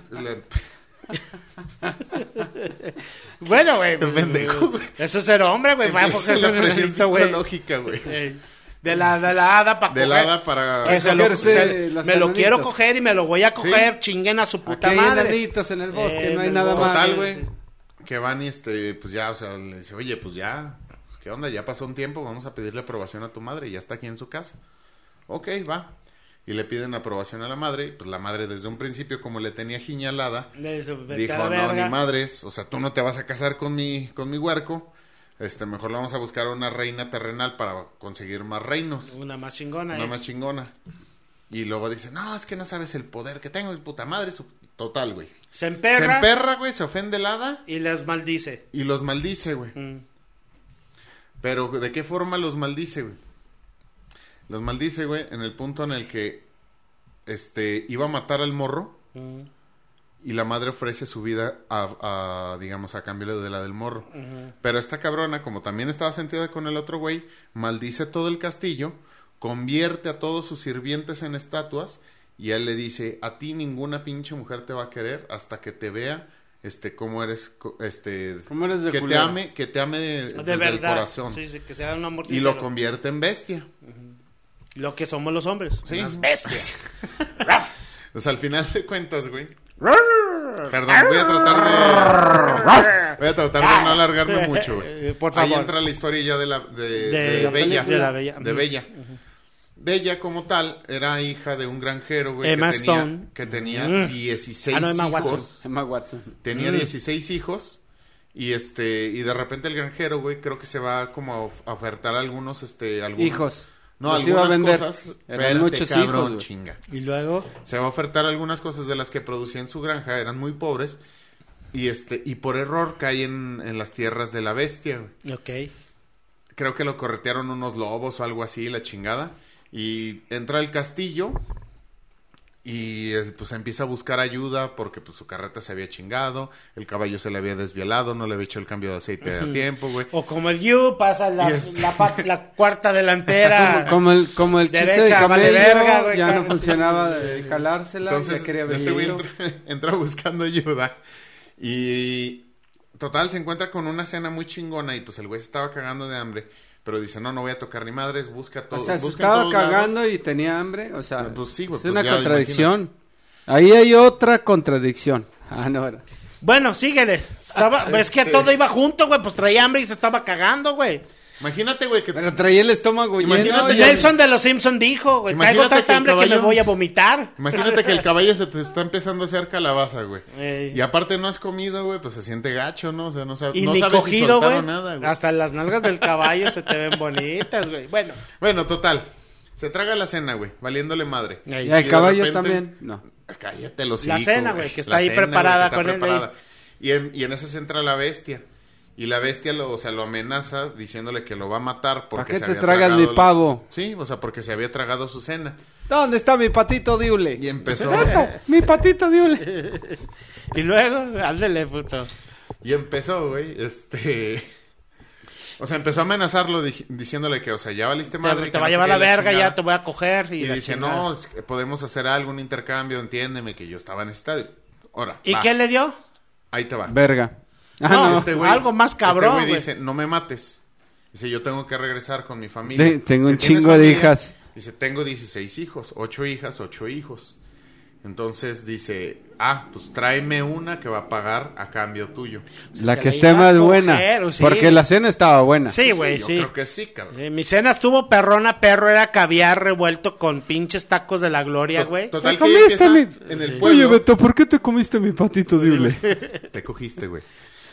Bueno, güey. Qué pendejo, güey. Eso es ser hombre, güey. Vaya, porque Empieza es la un presión enanito, güey. psicológica, güey. De la hada para De la hada para... Que cogerse los me lo enanitos. quiero coger y me lo voy a coger. Chinguen a su puta Aquí hay madre. enanitos en el bosque, no hay del nada bosque. más. Total, güey, que van y pues ya, o sea, le dice, oye, pues ya, ¿qué onda? Ya pasó un tiempo, vamos a pedirle aprobación a tu madre, ya está aquí en su casa. Ok, va. Y le piden aprobación a la madre, y pues la madre desde un principio, como le tenía giñalada, dijo, no, ni madres, o sea, tú no te vas a casar con mi huerco, mejor le vamos a buscar a una reina terrenal para conseguir más reinos. Una más chingona. Una más chingona. Y luego dice, no, es que no sabes el poder que tengo, puta madre, total, güey. Se emperra. Se emperra, güey, se ofende el hada. Y les maldice. Y los maldice, güey. Pero, ¿de qué forma los maldice, güey? Los maldice, güey, en el punto en el que, iba a matar al morro. Y la madre ofrece su vida digamos, a cambio de la del morro. Pero esta cabrona, como también estaba sentida con el otro güey, maldice todo el castillo, convierte a todos sus sirvientes en estatuas, y él le dice, a ti ninguna pinche mujer te va a querer hasta que te vea, cómo eres, ¿Cómo eres de que culero? te ame desde verdad. el corazón. Sí, sí, que sea un amor Y lo sincero. convierte en bestia. Lo que somos los hombres. Sí. Unas bestias. Pues al final de cuentas, güey. Perdón, voy a tratar de no alargarme mucho, güey. Por favor. Ahí entra la historia ya de Bella. De la Bella. De Bella. Bella, como tal, era hija de un granjero, güey, Emma Stone. que tenía 16 no, Emma Watson. hijos. Emma Watson. Tenía 16 hijos. Y y de repente el granjero, güey, creo que se va como a ofertar algunos, Hijos. No, Los iba a algunas vender. cosas. Eran Espérate, muchos cabrón, hijos, güey. chinga. Y luego. Se va a ofertar algunas cosas de las que producía en su granja, eran muy pobres. Y por error cae en las tierras de la bestia, güey. Ok. Creo que lo corretearon unos lobos o algo así, la chingada. Y entra al castillo y pues empieza a buscar ayuda porque pues su carreta se había chingado, el caballo se le había desvielado, no le había hecho el cambio de aceite a tiempo, güey. O como el You pasa la cuarta delantera. Como el chiste de Derecha, camello, vale verga, güey, ya no carne. funcionaba de jalársela, Entonces, ya quería este güey venir. entra buscando ayuda y total se encuentra con una cena muy chingona y pues el güey se estaba cagando de hambre, pero dice, no voy a tocar ni madres, busca todo. O sea, se busca en estaba todos cagando lados. y tenía hambre, o sea, Pues sí, güey, es pues una ya, contradicción. Ahí hay otra contradicción. Ah, no era. Bueno, síguele. Es que todo iba junto, güey. Pues traía hambre y se estaba cagando, güey. Imagínate, güey, que Pero traía el estómago lleno. Imagínate, y- Nelson de los Simpson dijo, güey. Traigo Imagínate que tanta el hambre que me caballo- voy a vomitar. imagínate que el caballo se te está empezando a hacer calabaza, güey. Ey. Y aparte no has comido, güey, pues se siente gacho, ¿no? O sea, no, Y no ni sabes si cogido, soltar güey. o nada, güey. Hasta las nalgas del caballo se te ven bonitas, güey. Bueno. Bueno, total. Se traga la cena, güey, valiéndole madre. Ahí. Y el de caballo repente- también. No. Cállate los La cena, güey, que está ahí cena, preparada güey, que con él ahí. Y en esa se entra la bestia. Y la bestia lo amenaza diciéndole que lo va a matar porque ¿Para qué se te había tragas tragado mi pavo? Sí, o sea, porque se había tragado su cena. ¿Dónde está mi patito diule? Y empezó Beto, mi patito diule. Y luego, ándele, puto. güey, o sea, empezó a amenazarlo diciéndole que, o sea, ya valiste madre. Te que va a no sé llevar qué, la verga, chingada. ya te voy a coger. Y la dice, chingada. no, es que podemos hacer algo, un intercambio, entiéndeme que yo estaba necesitado. Ahora, ¿Y va, qué le dio? ahí te va. Verga. Ah, No, no. Este güey- algo más cabrón, Este güey güey. dice, no me mates. Dice, yo tengo que regresar con mi familia. Sí, tengo un Dice, ¿tienes chingo de familia? hijas. Dice, tengo 16 hijos, 8 hijas, 8 hijos. Entonces dice, pues tráeme una que va a pagar a cambio tuyo. La Se que le esté iba a más coger, buena. ¿o sí? Porque la cena estaba buena. Sí, güey, Yo sí. creo que sí, cabrón. Mi cena estuvo perrona, perro. Era caviar revuelto con pinches tacos de la gloria, güey. Total ¿Te que comiste empieza mi...? en el Oye, pueblo. Beto, ¿por qué te comiste mi patito diule? Te cogiste, güey.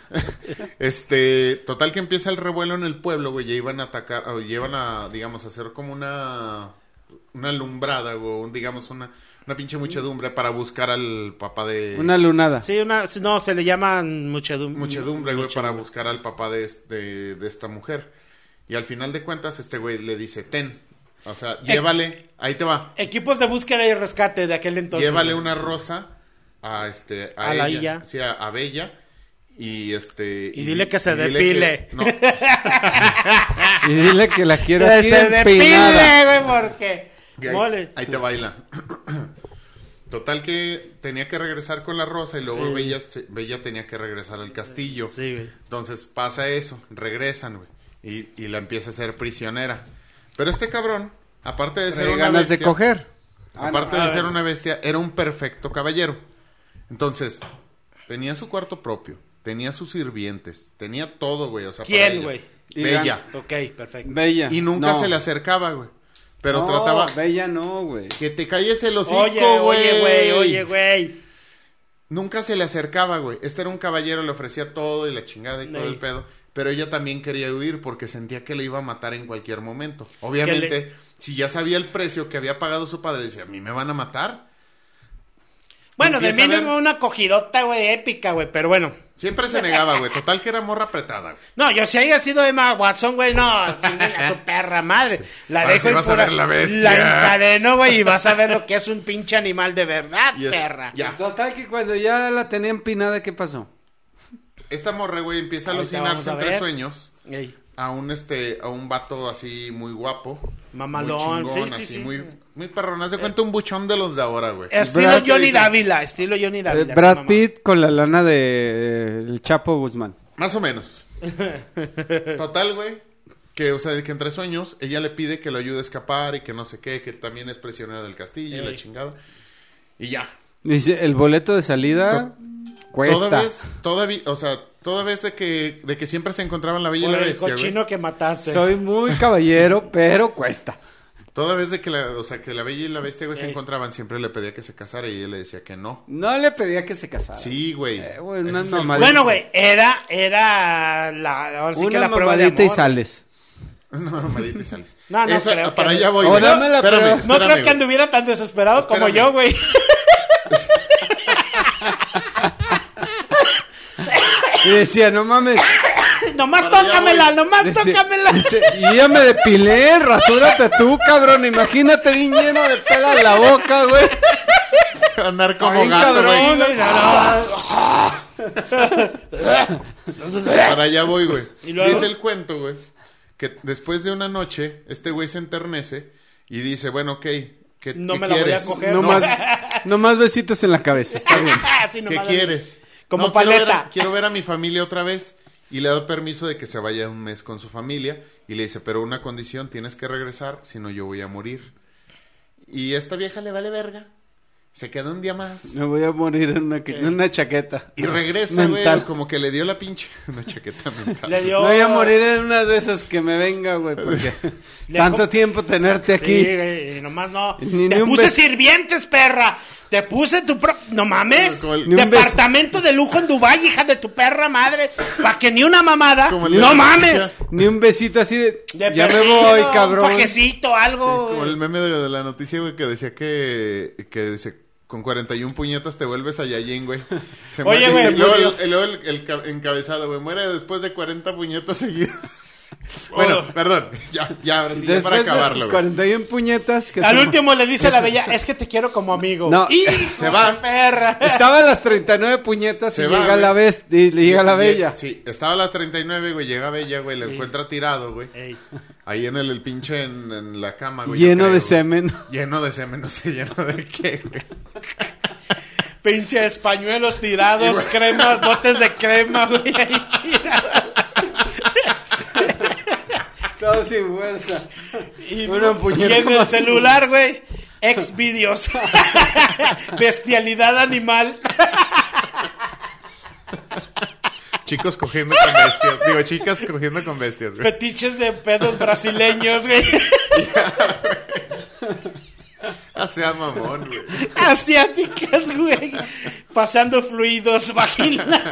Total que empieza el revuelo en el pueblo, güey. Ya iban a atacar, o llevan a, digamos, hacer como una alumbrada, güey. Digamos, una pinche muchedumbre para buscar al papá de... Una lunada. Sí, no, se le llaman muchedumbre, güey, para buscar al papá de esta mujer. Y al final de cuentas, este güey le dice, ten, o sea, llévale, ahí te va, Equipos de búsqueda y rescate de aquel entonces. llévale güey. una rosa a A la ella, Illa. sí, a Bella, Y dile que se depile. No. Y dile que la quiero Que aquí se empeinada. depile, güey, porque... Mole. Ahí te baila. Total que tenía que regresar con la Rosa y luego Bella tenía que regresar al castillo. Sí, güey. Entonces pasa eso, regresan, güey. Y la empieza a ser prisionera. Pero este cabrón, aparte de ser una ganas bestia... de coger. Aparte de ser una bestia, era un perfecto caballero. Entonces, tenía su cuarto propio, tenía sus sirvientes, tenía todo, güey. O sea, ¿Quién, güey? Bella. Ok, perfecto. Bella. Y nunca No. se le acercaba, güey. Pero No, trataba... Bella no, güey. Que te calles el hocico, Oye, güey. Nunca se le acercaba, güey. Este era un caballero, le ofrecía todo y la chingada y todo el pedo. Pero ella también quería huir porque sentía que le iba a matar en cualquier momento. Obviamente, si ya sabía el precio que había pagado su padre, decía, ¿a mí me van a matar? Bueno, de Empieza a mínimo ver- una cogidota, güey, épica, güey, pero bueno. Siempre se negaba, güey. Total que era morra apretada, güey. No, yo si haya sido Emma Watson, güey, no, chinguen a su perra madre. La Ahora dejo sí y vas a pura- ver la bestia. La encadeno, güey, y vas a ver lo que es un pinche animal de verdad, Y es- perra. ya. Total que cuando ya la tenía empinada, ¿qué pasó? Esta morra, güey, empieza a Ahorita vamos alucinarse a entre ver. sueños Ey, a un vato así muy guapo. Mamalón, muy chingón, sí, sí, así, sí. muy perrón. Haz de cuenta un buchón de los de ahora, güey. Estilo Brad- Johnny dice- Dávila, estilo Johnny Dávila. Brad mamá. Pitt con la lana de el Chapo Guzmán. Más o menos. Total, güey. Que, o sea, de que entre sueños, ella le pide que lo ayude a escapar y que no sé qué, que también es prisionera del castillo y la Ey. chingada. Y ya. Dice, el boleto de salida cuesta. Toda vez de que siempre se encontraban la Bella y Por la el Bestia, güey. cochino que mataste. Soy muy caballero, pero cuesta. Toda vez de que la Bella y la Bestia, güey, se encontraban, siempre le pedía que se casara y ella le decía que no. No le pedía que se casara. Sí, güey. güey, Ese una es el mamadita. Bueno, güey, era la, ahora sí que Una la prueba de mamadita y amor. sales. No, mamadita y sales. No, creo para que- allá voy, O güey. dame la Espérame, prueba. No creo espérame, que anduviera tan desesperado como Espérame. yo, güey. Y decía, no mames. Nomás Para allá tócamela, voy. nomás Dice, tócamela. y ya me depilé, rasúrate tú, cabrón. Imagínate bien lleno de pela en la boca, güey. Andar como Ay, gato, cabrón, güey. No. Para allá voy, güey. ¿Y luego? Dice el cuento, güey, que después de una noche, este güey se enternece y dice, bueno, ok, ¿qué, No qué me la voy a quieres? coger. No más besitos en la cabeza, está bien. Sí, ¿Qué nomás- quieres? Como No, quiero ver paleta. quiero ver a mi familia otra vez. Y le da permiso de que se vaya un mes con su familia. Y le dice, pero una condición, tienes que regresar, si no yo voy a morir. Y esta vieja le vale verga. Se queda un día más. Me voy a morir en una chaqueta. Y regresa, güey, Mental. como que le dio la pinche... Una chaqueta mental. Le dio... Me voy a morir en una de esas que me venga, güey, porque Le tanto com- tiempo tenerte Sí, aquí. güey, y nomás no. Ni Te un puse beso. sirvientes, perra. Te puse tu pro... No mames. Como el- Ni un beso. Departamento de lujo en Dubái, hija de tu perra madre. Pa' que ni una mamada. Como el de No la mames. noticia. Ni un besito así de De ya me perdido, voy, cabrón. Un fajecito, algo. Como el meme de la noticia, güey, que decía que dice, con 41 puñetas te vuelves a Yayin, güey. Se Oye, muere, güey, y luego murió. luego el encabezado, güey, muere después de 40 puñetas seguidas. Bueno, perdón, ya, ahora sí, ya para Después de acabarlo, sus güey. 41 puñetas que Al se- último le dice a la bella, es que te quiero como amigo. No. Y Se va. perra. Estaba a las 39 puñetas Se y va, llega güey. la bestia y le llega la bella. Sí, estaba a las 39, güey, llega Bella, güey, lo encuentra tirado, güey. Ey. Ahí en el pinche en la cama, güey. Lleno yo creo, de güey. semen. Lleno de semen, no sé, lleno de qué, güey. Pinches pañuelos tirados, cremas, botes de crema, güey. Ahí tirados. Todo sin fuerza. Y, Una puñeta y en el más. celular, güey, Xvideos. Bestialidad animal. Chicos cogiendo con bestias. Digo, chicas cogiendo con bestias, güey. Fetiches de pedos brasileños, güey. Ah, sea mamón, güey. Asiáticas, güey. Pasando fluidos vaginales.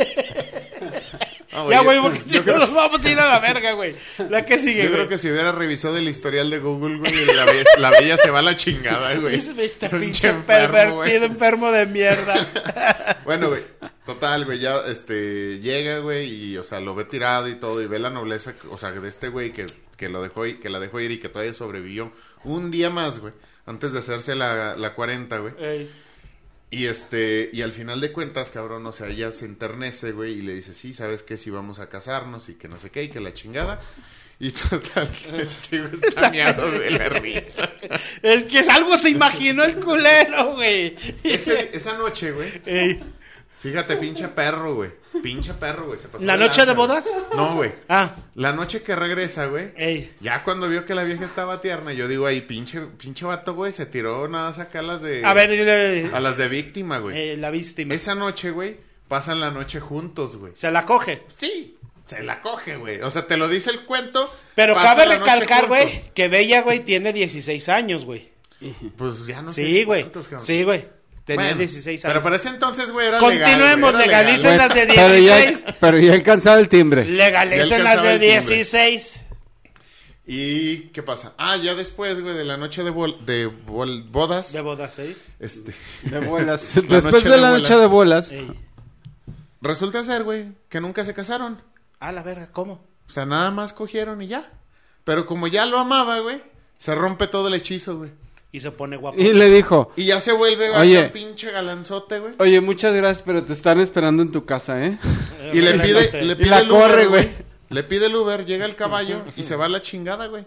Ah, Ya, güey, yo- porque yo si no creo- nos vamos a ir a la verga, güey. La que sigue, Yo güey. creo que si hubiera revisado el historial de Google, güey, la bella se va a la chingada, güey. Este Es un pinche enfermo, pervertido, güey. enfermo de mierda. Bueno, güey, total, güey, ya, llega, güey, y, o sea, lo ve tirado y todo, y ve la nobleza, o sea, de este güey que lo dejó, que la dejó ir y que todavía sobrevivió un día más, güey, antes de hacerse la 40, güey. Ey. Y y al final de cuentas, cabrón, o sea, ella se enternece, güey, y le dice, sí, ¿sabes qué? Si vamos a casarnos y que no sé qué, y que la chingada. Y total, güey está miado de la risa. Es que es algo se imaginó el culero, güey. Esa noche, güey. Ey. Fíjate, pinche perro, güey. Se pasó ¿La de noche de lanza, bodas? güey. No, güey. Ah. La noche que regresa, güey. Ey. Ya cuando vio que la vieja estaba tierna, yo digo, ahí, pinche vato, güey, se tiró nada más acá a las de... A ver, a las de víctima, güey. la víctima. Esa noche, güey, pasan la noche juntos, güey. Se la coge. Sí, se la coge, güey. O sea, te lo dice el cuento. Pero pasan cabe la noche recalcar, güey, juntos. que Bella, güey, tiene 16 años, güey. Pues ya no sé. Sí, güey. cuántos, cabrón. Sí, güey. Tenía Bueno, 16 años. Pero para ese entonces, güey, era Continuemos, legal, güey, era legalicen legal. las de Pero 16. pero ya alcanzaba el timbre. Legalicen las de 16. ¿Y qué pasa? Ah, ya después, güey, de la noche de bodas. De bodas, ¿eh? De bolas. La Después noche de de la bolas. noche de bolas. Ey. Resulta ser, güey, que nunca se casaron. Ah, la verga, ¿cómo? O sea, nada más cogieron y ya. Pero como ya lo amaba, güey, se rompe todo el hechizo, güey. Y se pone guapo. Y le dijo, Y ya se vuelve, güey, Oye. acá pinche galanzote, güey. oye, muchas gracias, pero te están esperando en tu casa, ¿eh? Y le Exacto. pide la el corre, Uber, güey. Le pide el Uber, llega el caballo y se va a la chingada, güey.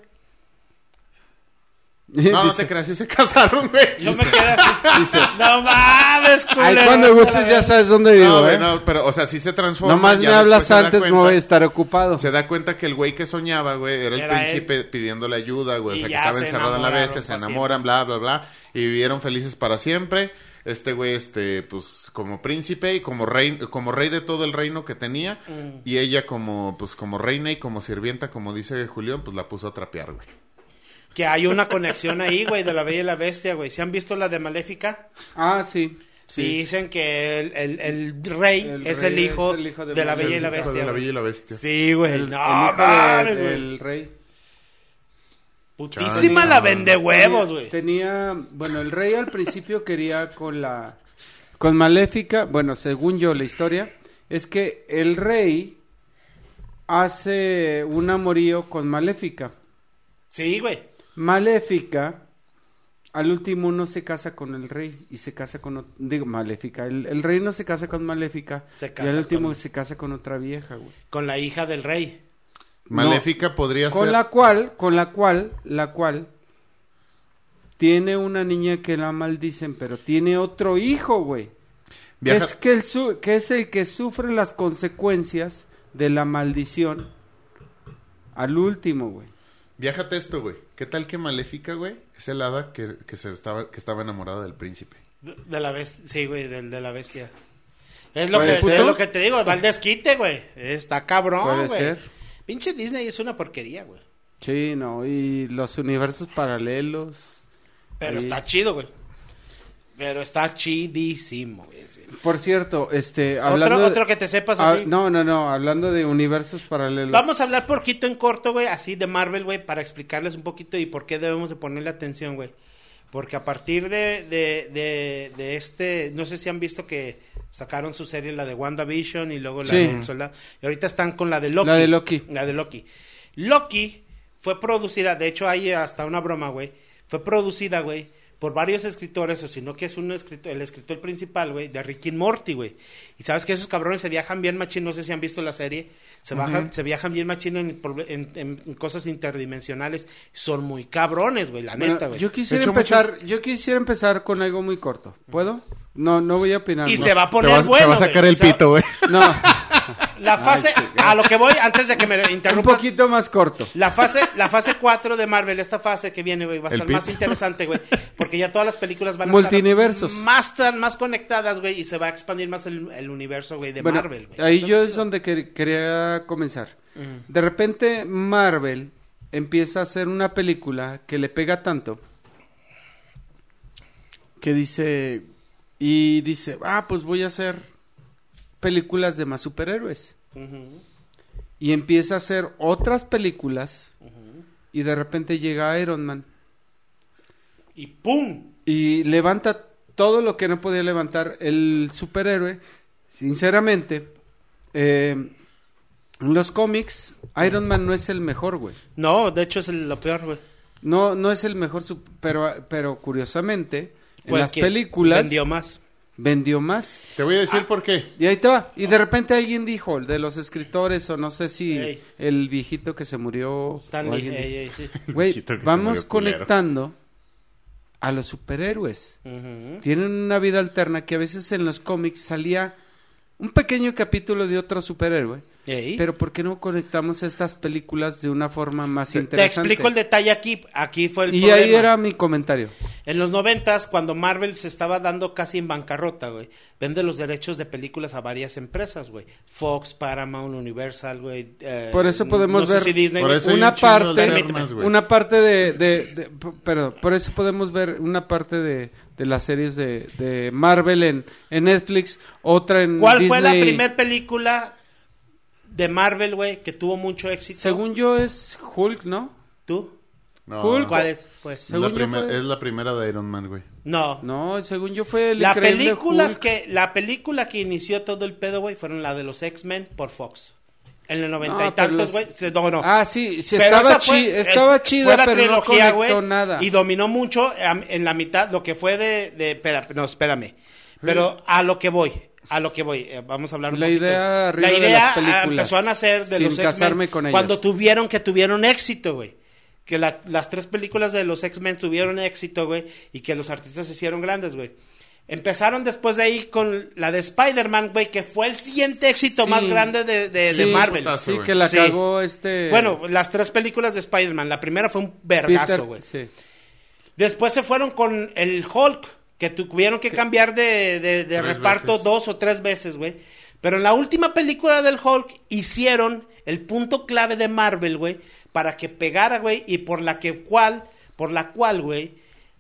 Dice, No te creas, sí se casaron, güey. No me queda así. dice, No mames, ay, culero. cuando gustes ya sabes dónde vivo, No, güey, ¿eh? no, pero, o sea, sí se transforma. Nomás ya me hablas después se da antes, no cuenta- voy a estar ocupado. Se da cuenta que el güey que soñaba, güey, era el Era príncipe pidiéndole ayuda, güey. O Y sea, que ya estaba se encerrado en la enamoraron bestia, se para enamoran, bla, bla, bla. Y vivieron felices para siempre. Este güey, pues, como príncipe y como rey de todo el reino que tenía. Y ella como reina y como sirvienta, como dice Julián, pues la puso a trapear, güey. Que hay una conexión ahí, güey, de la Bella y la Bestia, güey. ¿Se han visto la de Maléfica? Ah, sí. Sí. Dicen que el rey es el hijo de la Bella y la Hijo Bestia. de la güey. Bella y la Bestia. Sí, güey. El No, hijo mames, güey. del rey. Putísima Chale, la cabrón. vende huevos, güey. Bueno, el rey al principio quería con Maléfica, bueno, según yo la historia, es que el rey hace un amorío con Maléfica. Sí, güey. Maléfica, al último no se casa con el rey y se casa con, Maléfica, el rey no se casa con Maléfica Se y casa al último con- se casa con otra vieja, güey. Con la hija del rey. Maléfica podría Con ser... la cual tiene una niña que la maldicen, pero tiene otro hijo, güey. Viaja- Que es el que sufre las consecuencias de la maldición al último, güey. Viájate esto, güey. ¿Qué tal que Maléfica, güey, es el hada que estaba enamorada del príncipe? De la bestia. Sí, güey, de la bestia. Es lo ¿Puede que te digo, va al desquite, güey. Está cabrón, Puede güey. ser. Pinche Disney es una porquería, güey. Sí, no, y los universos paralelos. Pero Ahí. está chido, güey. Pero está chidísimo, güey. Por cierto, hablando Otro que te sepas así. No, hablando de universos paralelos. Vamos a hablar poquito en corto, güey, así de Marvel, güey, para explicarles un poquito y por qué debemos de ponerle atención, güey. Porque a partir de no sé si han visto que sacaron su serie, la de WandaVision y luego la Sí. del Soldado. Y ahorita están con la de Loki. La de Loki. La de Loki. Loki fue producida, de hecho hay hasta una broma, güey. Fue producida, güey, por varios escritores, o si no que es el escritor principal, güey, de Rick y Morty, güey. Y sabes que esos cabrones se viajan bien machín, no sé si han visto la serie, se viajan bien machín en cosas interdimensionales, son muy cabrones, güey, la Bueno, neta, güey. yo quisiera De hecho, empezar con algo muy corto. ¿Puedo? No voy a opinar. Y no. se va a Se poner bueno, va a sacar güey. el pito, güey. No, La fase, Ay, sí, a lo que voy, antes de que me un interrumpas. poquito más corto. La fase 4 de Marvel, esta fase que viene, güey, va a El estar más pito. interesante, güey. Porque ya todas las películas van a Multiversos. estar más conectadas, güey, y se va a expandir más el universo, güey, de Bueno, Marvel, güey. ahí Está yo muy es chido. donde quería comenzar. De repente Marvel empieza a hacer una película que le pega tanto que dice, pues voy a hacer películas de más superhéroes. Ujú. Y empieza a hacer otras películas y de repente llega Iron Man Y ¡pum! y levanta todo lo que no podía levantar el superhéroe. Sinceramente, en los cómics, Iron Man no es el mejor, güey. No, de hecho es lo peor, güey. No es el mejor, pero curiosamente, Fue en el las que películas vendió más. vendió más. Te voy a decir por qué. Y ahí te va. Y de repente alguien dijo, de los escritores, o no sé si Ey. el viejito que se murió. o Stanley, alguien sí. Güey, viejito que se vamos murió culero. conectando a los superhéroes. Ujú. Tienen una vida alterna que a veces en los cómics salía un pequeño capítulo de otro superhéroe. Ey. Pero ¿por qué no conectamos estas películas de una forma más Te interesante? explico el detalle aquí. Aquí fue el Y problema. ahí era mi comentario. En los 90s, cuando Marvel se estaba dando casi en bancarrota, güey, vende los derechos de películas a varias empresas, güey. Fox, Paramount, Universal, güey. Por eso podemos no sé ver si Disney, Por güey. eso hay una un chingo de parte, armas, güey. una parte perdón, por eso podemos ver una parte de las series de Marvel en Netflix, otra en ¿Cuál fue la Disney. primera película de Marvel, güey, que tuvo mucho éxito? Según yo es Hulk, ¿no? ¿Tú? No, Hulk. ¿Cuál es? Pues, es Según yo fue- es la primera de Iron Man, güey. no. No, según yo fue el La increíble película que inició todo el pedo, güey, fueron la de los X-Men por Fox. En el 90 No, y pero tantos, los- güey. No. Ah, sí, Pero estaba, esa fue- estaba fue chida, la pero trilogía, no conectó güey, nada. Y dominó mucho en la mitad, lo que fue espérame. Pero a lo que voy. Vamos a hablar un La poquito. idea arriba La de idea las películas, empezó a nacer de sin los casarme X-Men con ellas. cuando tuvieron éxito, güey. Que las 3 películas de los X-Men tuvieron éxito, güey, y que los artistas se hicieron grandes, güey. Empezaron después de ahí con la de Spider-Man, güey, que fue el siguiente éxito Sí. más grande de Sí, Marvel. putazo, Sí, güey. que la Sí. cagó Bueno, las 3 películas de Spider-Man. La primera fue un Peter, vergazo, güey. sí. Después se fueron con el Hulk, que tuvieron que cambiar de reparto veces. 2 o 3 veces, güey. Pero en la última película del Hulk hicieron el punto clave de Marvel, güey, para que pegara, güey, y por la cual, güey,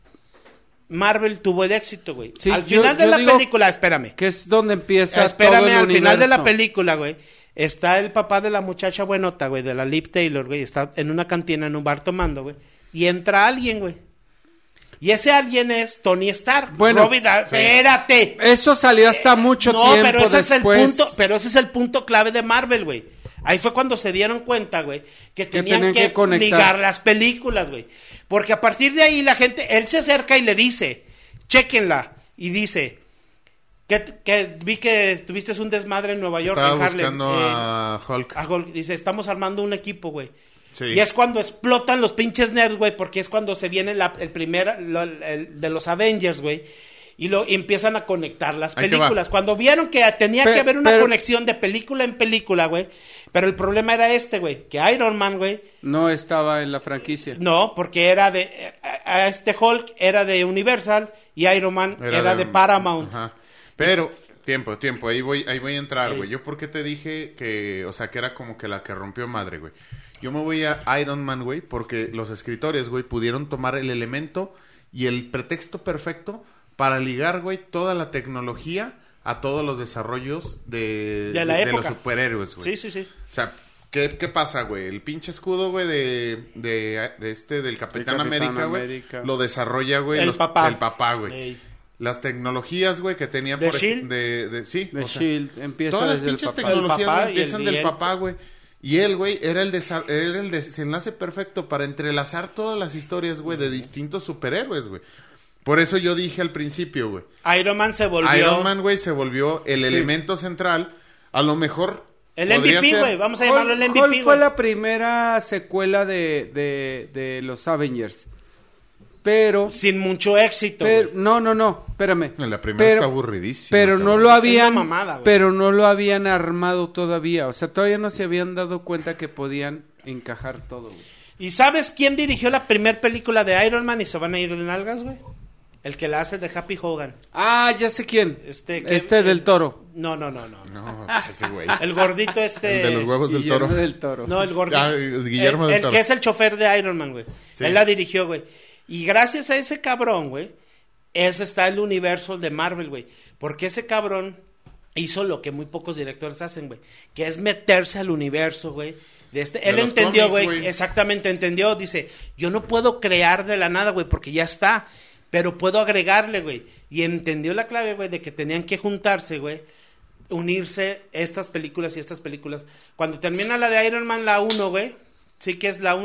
Marvel tuvo el éxito, güey. Sí, al yo- final de yo la digo película, espérame. Que es donde empieza todo Espérame, el al final de la universo. película, güey, está el papá de la muchacha buenota, güey, de la Liv Taylor, güey, está en una cantina, en un bar tomando, güey, y entra alguien, güey. Y ese alguien es Tony Stark. Bueno, Espérate. Eso salió hasta mucho No, tiempo pero ese después. ese es el punto clave de Marvel, güey. Ahí fue cuando se dieron cuenta, güey, que tenían tenían que conectar. ligar las películas, güey. Porque a partir de ahí la gente, él se acerca y le dice, chéquenla, y dice, que vi que tuviste un desmadre en Nueva York, Estaba en Harlem. buscando a Hulk. a Hulk. Dice, estamos armando un equipo, güey. Sí. Y es cuando explotan los pinches nerds, güey, porque es cuando se viene el de los Avengers, güey. Y empiezan a conectar las Ahí te películas. Cuando vieron que tenía que haber una conexión de película en película, güey. Pero el problema era güey, que Iron Man, güey, No estaba en la franquicia. no, porque era a este Hulk era de Universal y Iron Man era de Paramount. Ajá. Pero, tiempo, ahí voy a entrar, güey. Yo por qué te dije que, o sea, que era como que la que rompió madre, güey. Yo me voy a Iron Man, güey, porque los escritores, güey, pudieron tomar el elemento y el pretexto perfecto para ligar, güey, toda la tecnología a todos los desarrollos de la los época. superhéroes, güey. Sí. O sea, ¿qué pasa, güey? El pinche escudo, güey, del Capitán América, güey, América. lo desarrolla, güey, El papá. el papá, güey. Ey. Las tecnologías, güey, que tenían ¿De por Shield? sí, The o sea, Shield empieza todas las desde el pinches papá. tecnologías El papá güey, y empiezan el del Miguel. papá, güey. Y él, güey, era el desenlace perfecto para entrelazar todas las historias, güey, de distintos superhéroes, güey. Por eso yo dije al principio, güey. Iron Man se volvió Iron Man, güey, se volvió el elemento central. A lo mejor el podría MVP, ser- güey. Vamos a llamarlo el MVP, Hulk güey. fue la primera secuela de los Avengers. Pero, Sin mucho éxito, güey. no, espérame. La primera Pero- está aburridísima. Pero no cabrón. lo habían, una mamada, güey. pero no lo habían armado todavía. O sea, todavía no se habían dado cuenta que podían encajar todo, güey. ¿Y sabes quién dirigió la primera película de Iron Man y se van a ir de nalgas, güey? El que la hace de Happy Hogan. Ah, ya sé quién. Este del Toro. No. No, ese güey. El gordito El de los huevos del Guillermo toro. del Toro. No, el gordito. Ah, es Guillermo del el Toro. que es el chofer de Iron Man, güey. Sí. Él la dirigió, güey. Y gracias a ese cabrón, güey, ese está el universo de Marvel, güey. Porque ese cabrón hizo lo que muy pocos directores hacen, güey. Que es meterse al universo, güey. Él los entendió, cómics, güey. güey. Exactamente, entendió. Dice, yo no puedo crear de la nada, güey, porque ya está. Pero puedo agregarle, güey. Y entendió la clave, güey, de que tenían que juntarse, güey. Unirse estas películas y estas películas. Cuando termina la de Iron Man, la 1, güey. Sí que es la 1.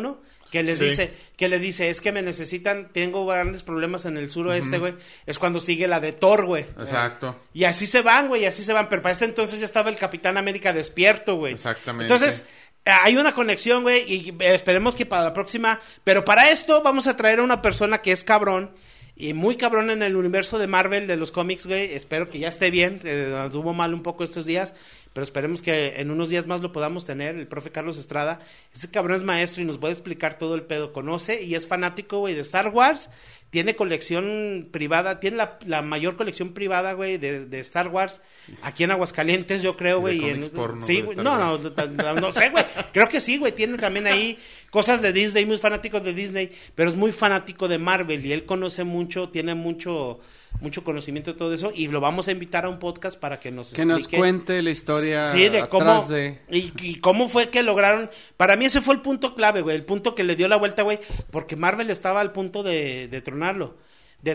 que le dice, es que me necesitan, tengo grandes problemas en el suroeste, güey, es cuando sigue la de Thor, güey. Exacto. Y así se van, güey, pero para ese entonces ya estaba el Capitán América despierto, güey. Exactamente. Entonces, hay una conexión, güey, y esperemos que para la próxima, pero para esto vamos a traer a una persona que es cabrón, y muy cabrón en el universo de Marvel, de los cómics, güey. Espero que ya esté bien. Anduvo mal un poco estos días, pero esperemos que en unos días más lo podamos tener. El profe Carlos Estrada. Ese cabrón es maestro y nos puede explicar todo el pedo. Conoce y es fanático, güey, de Star Wars. Tiene colección privada. Tiene la mayor colección privada, güey, de Star Wars. Aquí en Aguascalientes, yo creo, güey. Sí, güey. No sé, güey. Creo que sí, güey. Tiene también ahí cosas de Disney, muy fanático de Disney, pero es muy fanático de Marvel y él conoce mucho, tiene mucho conocimiento de todo eso y lo vamos a invitar a un podcast para que nos explique. Que nos cuente la historia de cómo y cómo fue que lograron. Para mí ese fue el punto clave, güey, el punto que le dio la vuelta, güey, porque Marvel estaba al punto de tronarlo, de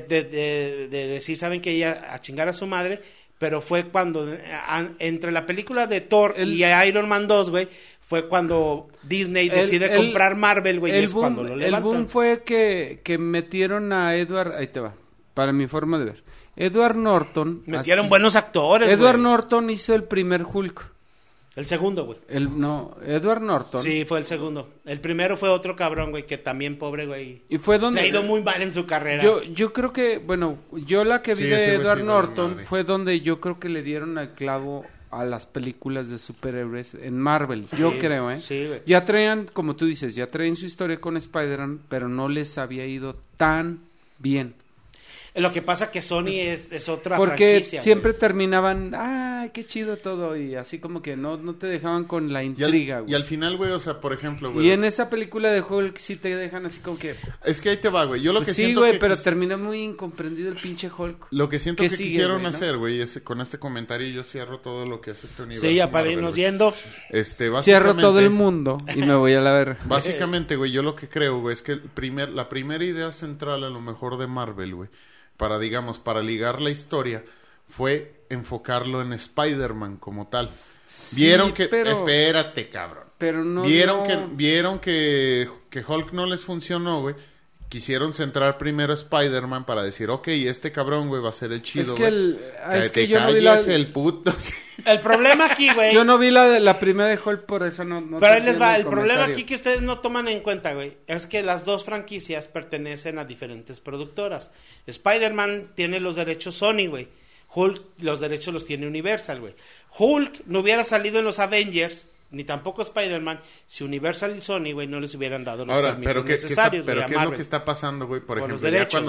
decir, saben que ella a chingar a su madre. Pero fue cuando, entre la película de Thor y Iron Man 2, güey, fue cuando Disney decide comprar Marvel, güey, y es cuando lo levantan. El boom fue que metieron a Edward, ahí te va, para mi forma de ver. Edward Norton. Metieron buenos actores, Edward Norton hizo el primer Hulk. El segundo, güey. Edward Norton. Sí, fue el segundo. El primero fue otro cabrón, güey, que también pobre, güey. Y fue donde... Le ha ido muy mal en su carrera. Yo creo que, bueno, yo la que vi de Edward Norton fue donde yo creo que le dieron al clavo a las películas de superhéroes en Marvel. Sí, yo creo, ¿eh? Sí, güey. Ya traían, como tú dices, ya traían su historia con Spider-Man, pero no les había ido tan bien. Lo que pasa que Sony es otra porque franquicia. Porque siempre terminaban, ay, qué chido todo, y así como que no te dejaban con la intriga, güey. Y al final, güey, o sea, por ejemplo, güey. Y en esa película de Hulk sí te dejan así como que... Es que ahí te va, güey. Yo lo que sí, siento güey, pero terminó muy incomprendido el pinche Hulk. Lo que siento que sigue, quisieron hacer, güey, es con este comentario yo cierro todo lo que es este universo. Sí, ya para irnos yendo. Cierro todo el mundo y me voy a la verga. Básicamente, güey, yo lo que creo, güey, es que la primera idea central a lo mejor de Marvel, güey, para ligar la historia, fue enfocarlo en Spider-Man como tal. Sí, vieron que... Espérate, cabrón. Pero no... Vieron que Hulk no les funcionó, güey. Quisieron centrar primero a Spider-Man para decir, ok, este cabrón, güey, va a ser el chido, güey. Es que yo no vi el puto. El problema aquí, güey. Yo no vi la primera de Hulk, por eso no pero ahí les va. El problema aquí que ustedes no toman en cuenta, güey, es que las dos franquicias pertenecen a diferentes productoras. Spider-Man tiene los derechos Sony, güey. Hulk los derechos los tiene Universal, güey. Hulk no hubiera salido en los Avengers, ni tampoco Spider-Man, si Universal y Sony, güey, no les hubieran dado los permisos necesarios. Pero ¿qué es lo que está pasando, güey? Por ejemplo,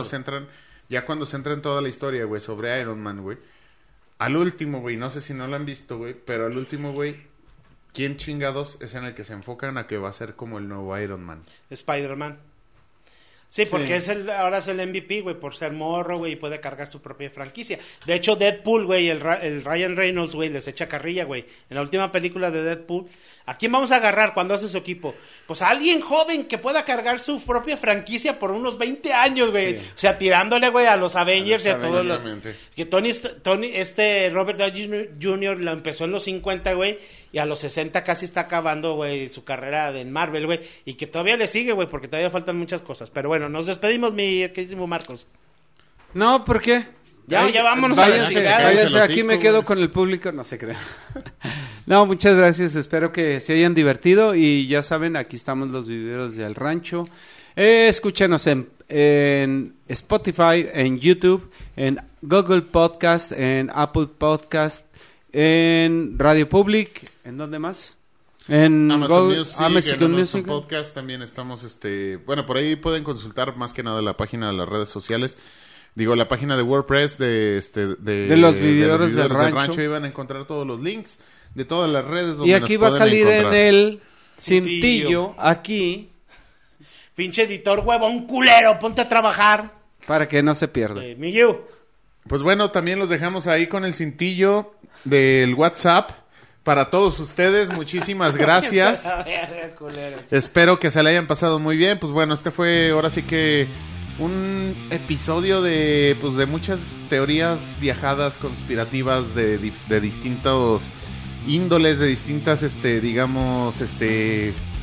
ya cuando se entra en toda la historia, güey, sobre Iron Man, güey. Al último, güey, no sé si no lo han visto, güey, pero al último, güey, ¿quién chingados es en el que se enfocan a que va a ser como el nuevo Iron Man? Spider-Man. Sí, porque ahora es el MVP, güey, por ser morro, güey, y puede cargar su propia franquicia. De hecho, Deadpool, güey, el Ryan Reynolds, güey, les echa carrilla, güey. En la última película de Deadpool, ¿a quién vamos a agarrar cuando hace su equipo? Pues a alguien joven que pueda cargar su propia franquicia por unos 20 años, güey. Sí. O sea, tirándole, güey, a los Avengers y a todos los... Que Robert Downey Jr. lo empezó en los 50, güey, y a los 60 casi está acabando, güey, su carrera en Marvel, güey. Y que todavía le sigue, güey, porque todavía faltan muchas cosas. Pero bueno, nos despedimos, mi queridísimo Marcos. No, ¿por qué? Ya vámonos váyanse, aquí me quedo con el público, no se crean. No, muchas gracias, espero que se hayan divertido y ya saben, aquí estamos los viveros del rancho. Escúchenos en Spotify, en YouTube, en Google Podcast, en Apple Podcast, en Radio Public, ¿en dónde más? En Amazon Music Podcast también estamos, bueno, por ahí pueden consultar más que nada la página de las redes sociales. Digo, la página de WordPress de los vividores del rancho. Ahí van a encontrar todos los links de todas las redes donde y aquí nos va a salir encontrar. En el cintillo, aquí. Pinche editor huevón culero, ponte a trabajar. Para que no se pierda. Pues bueno, también los dejamos ahí con el cintillo del WhatsApp. Para todos ustedes, muchísimas gracias. Espero que se le hayan pasado muy bien. Pues bueno, este fue ahora sí que un episodio de muchas teorías viajadas, conspirativas de distintos índoles, de distintas,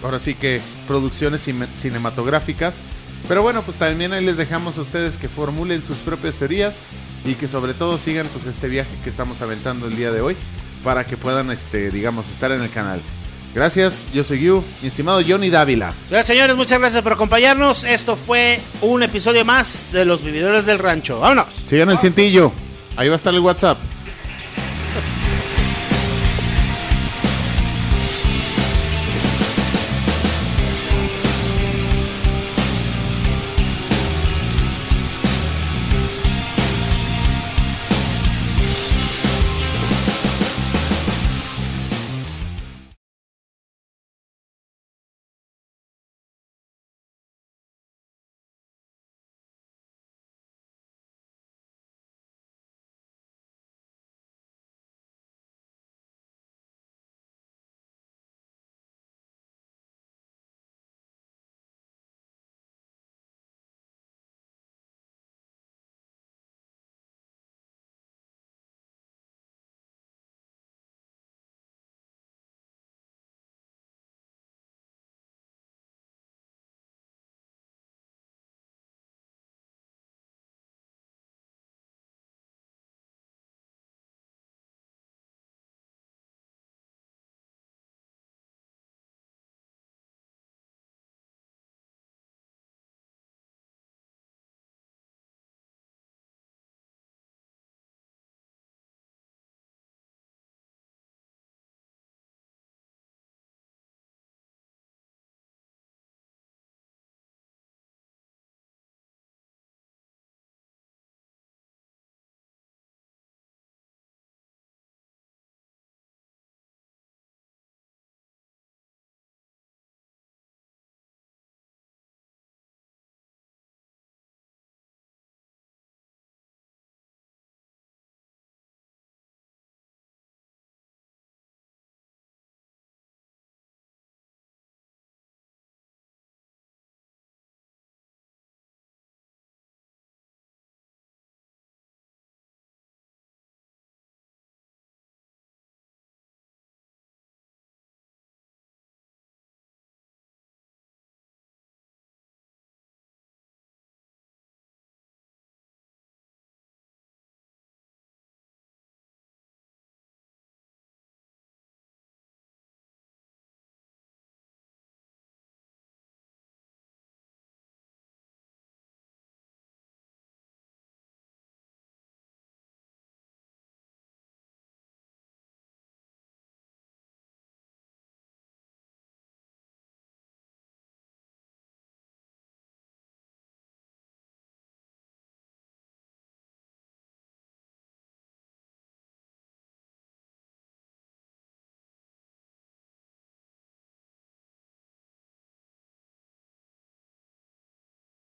ahora sí que producciones cinematográficas. Pero bueno, pues también ahí les dejamos a ustedes que formulen sus propias teorías y que sobre todo sigan pues este viaje que estamos aventando el día de hoy para que puedan, digamos, estar en el canal. Gracias, yo soy Yu, mi estimado Johnny Dávila. Señores, muchas gracias por acompañarnos. Esto fue un episodio más de Los Vividores del Rancho. ¡Vámonos! Sigan el Cientillo, ahí va a estar el WhatsApp.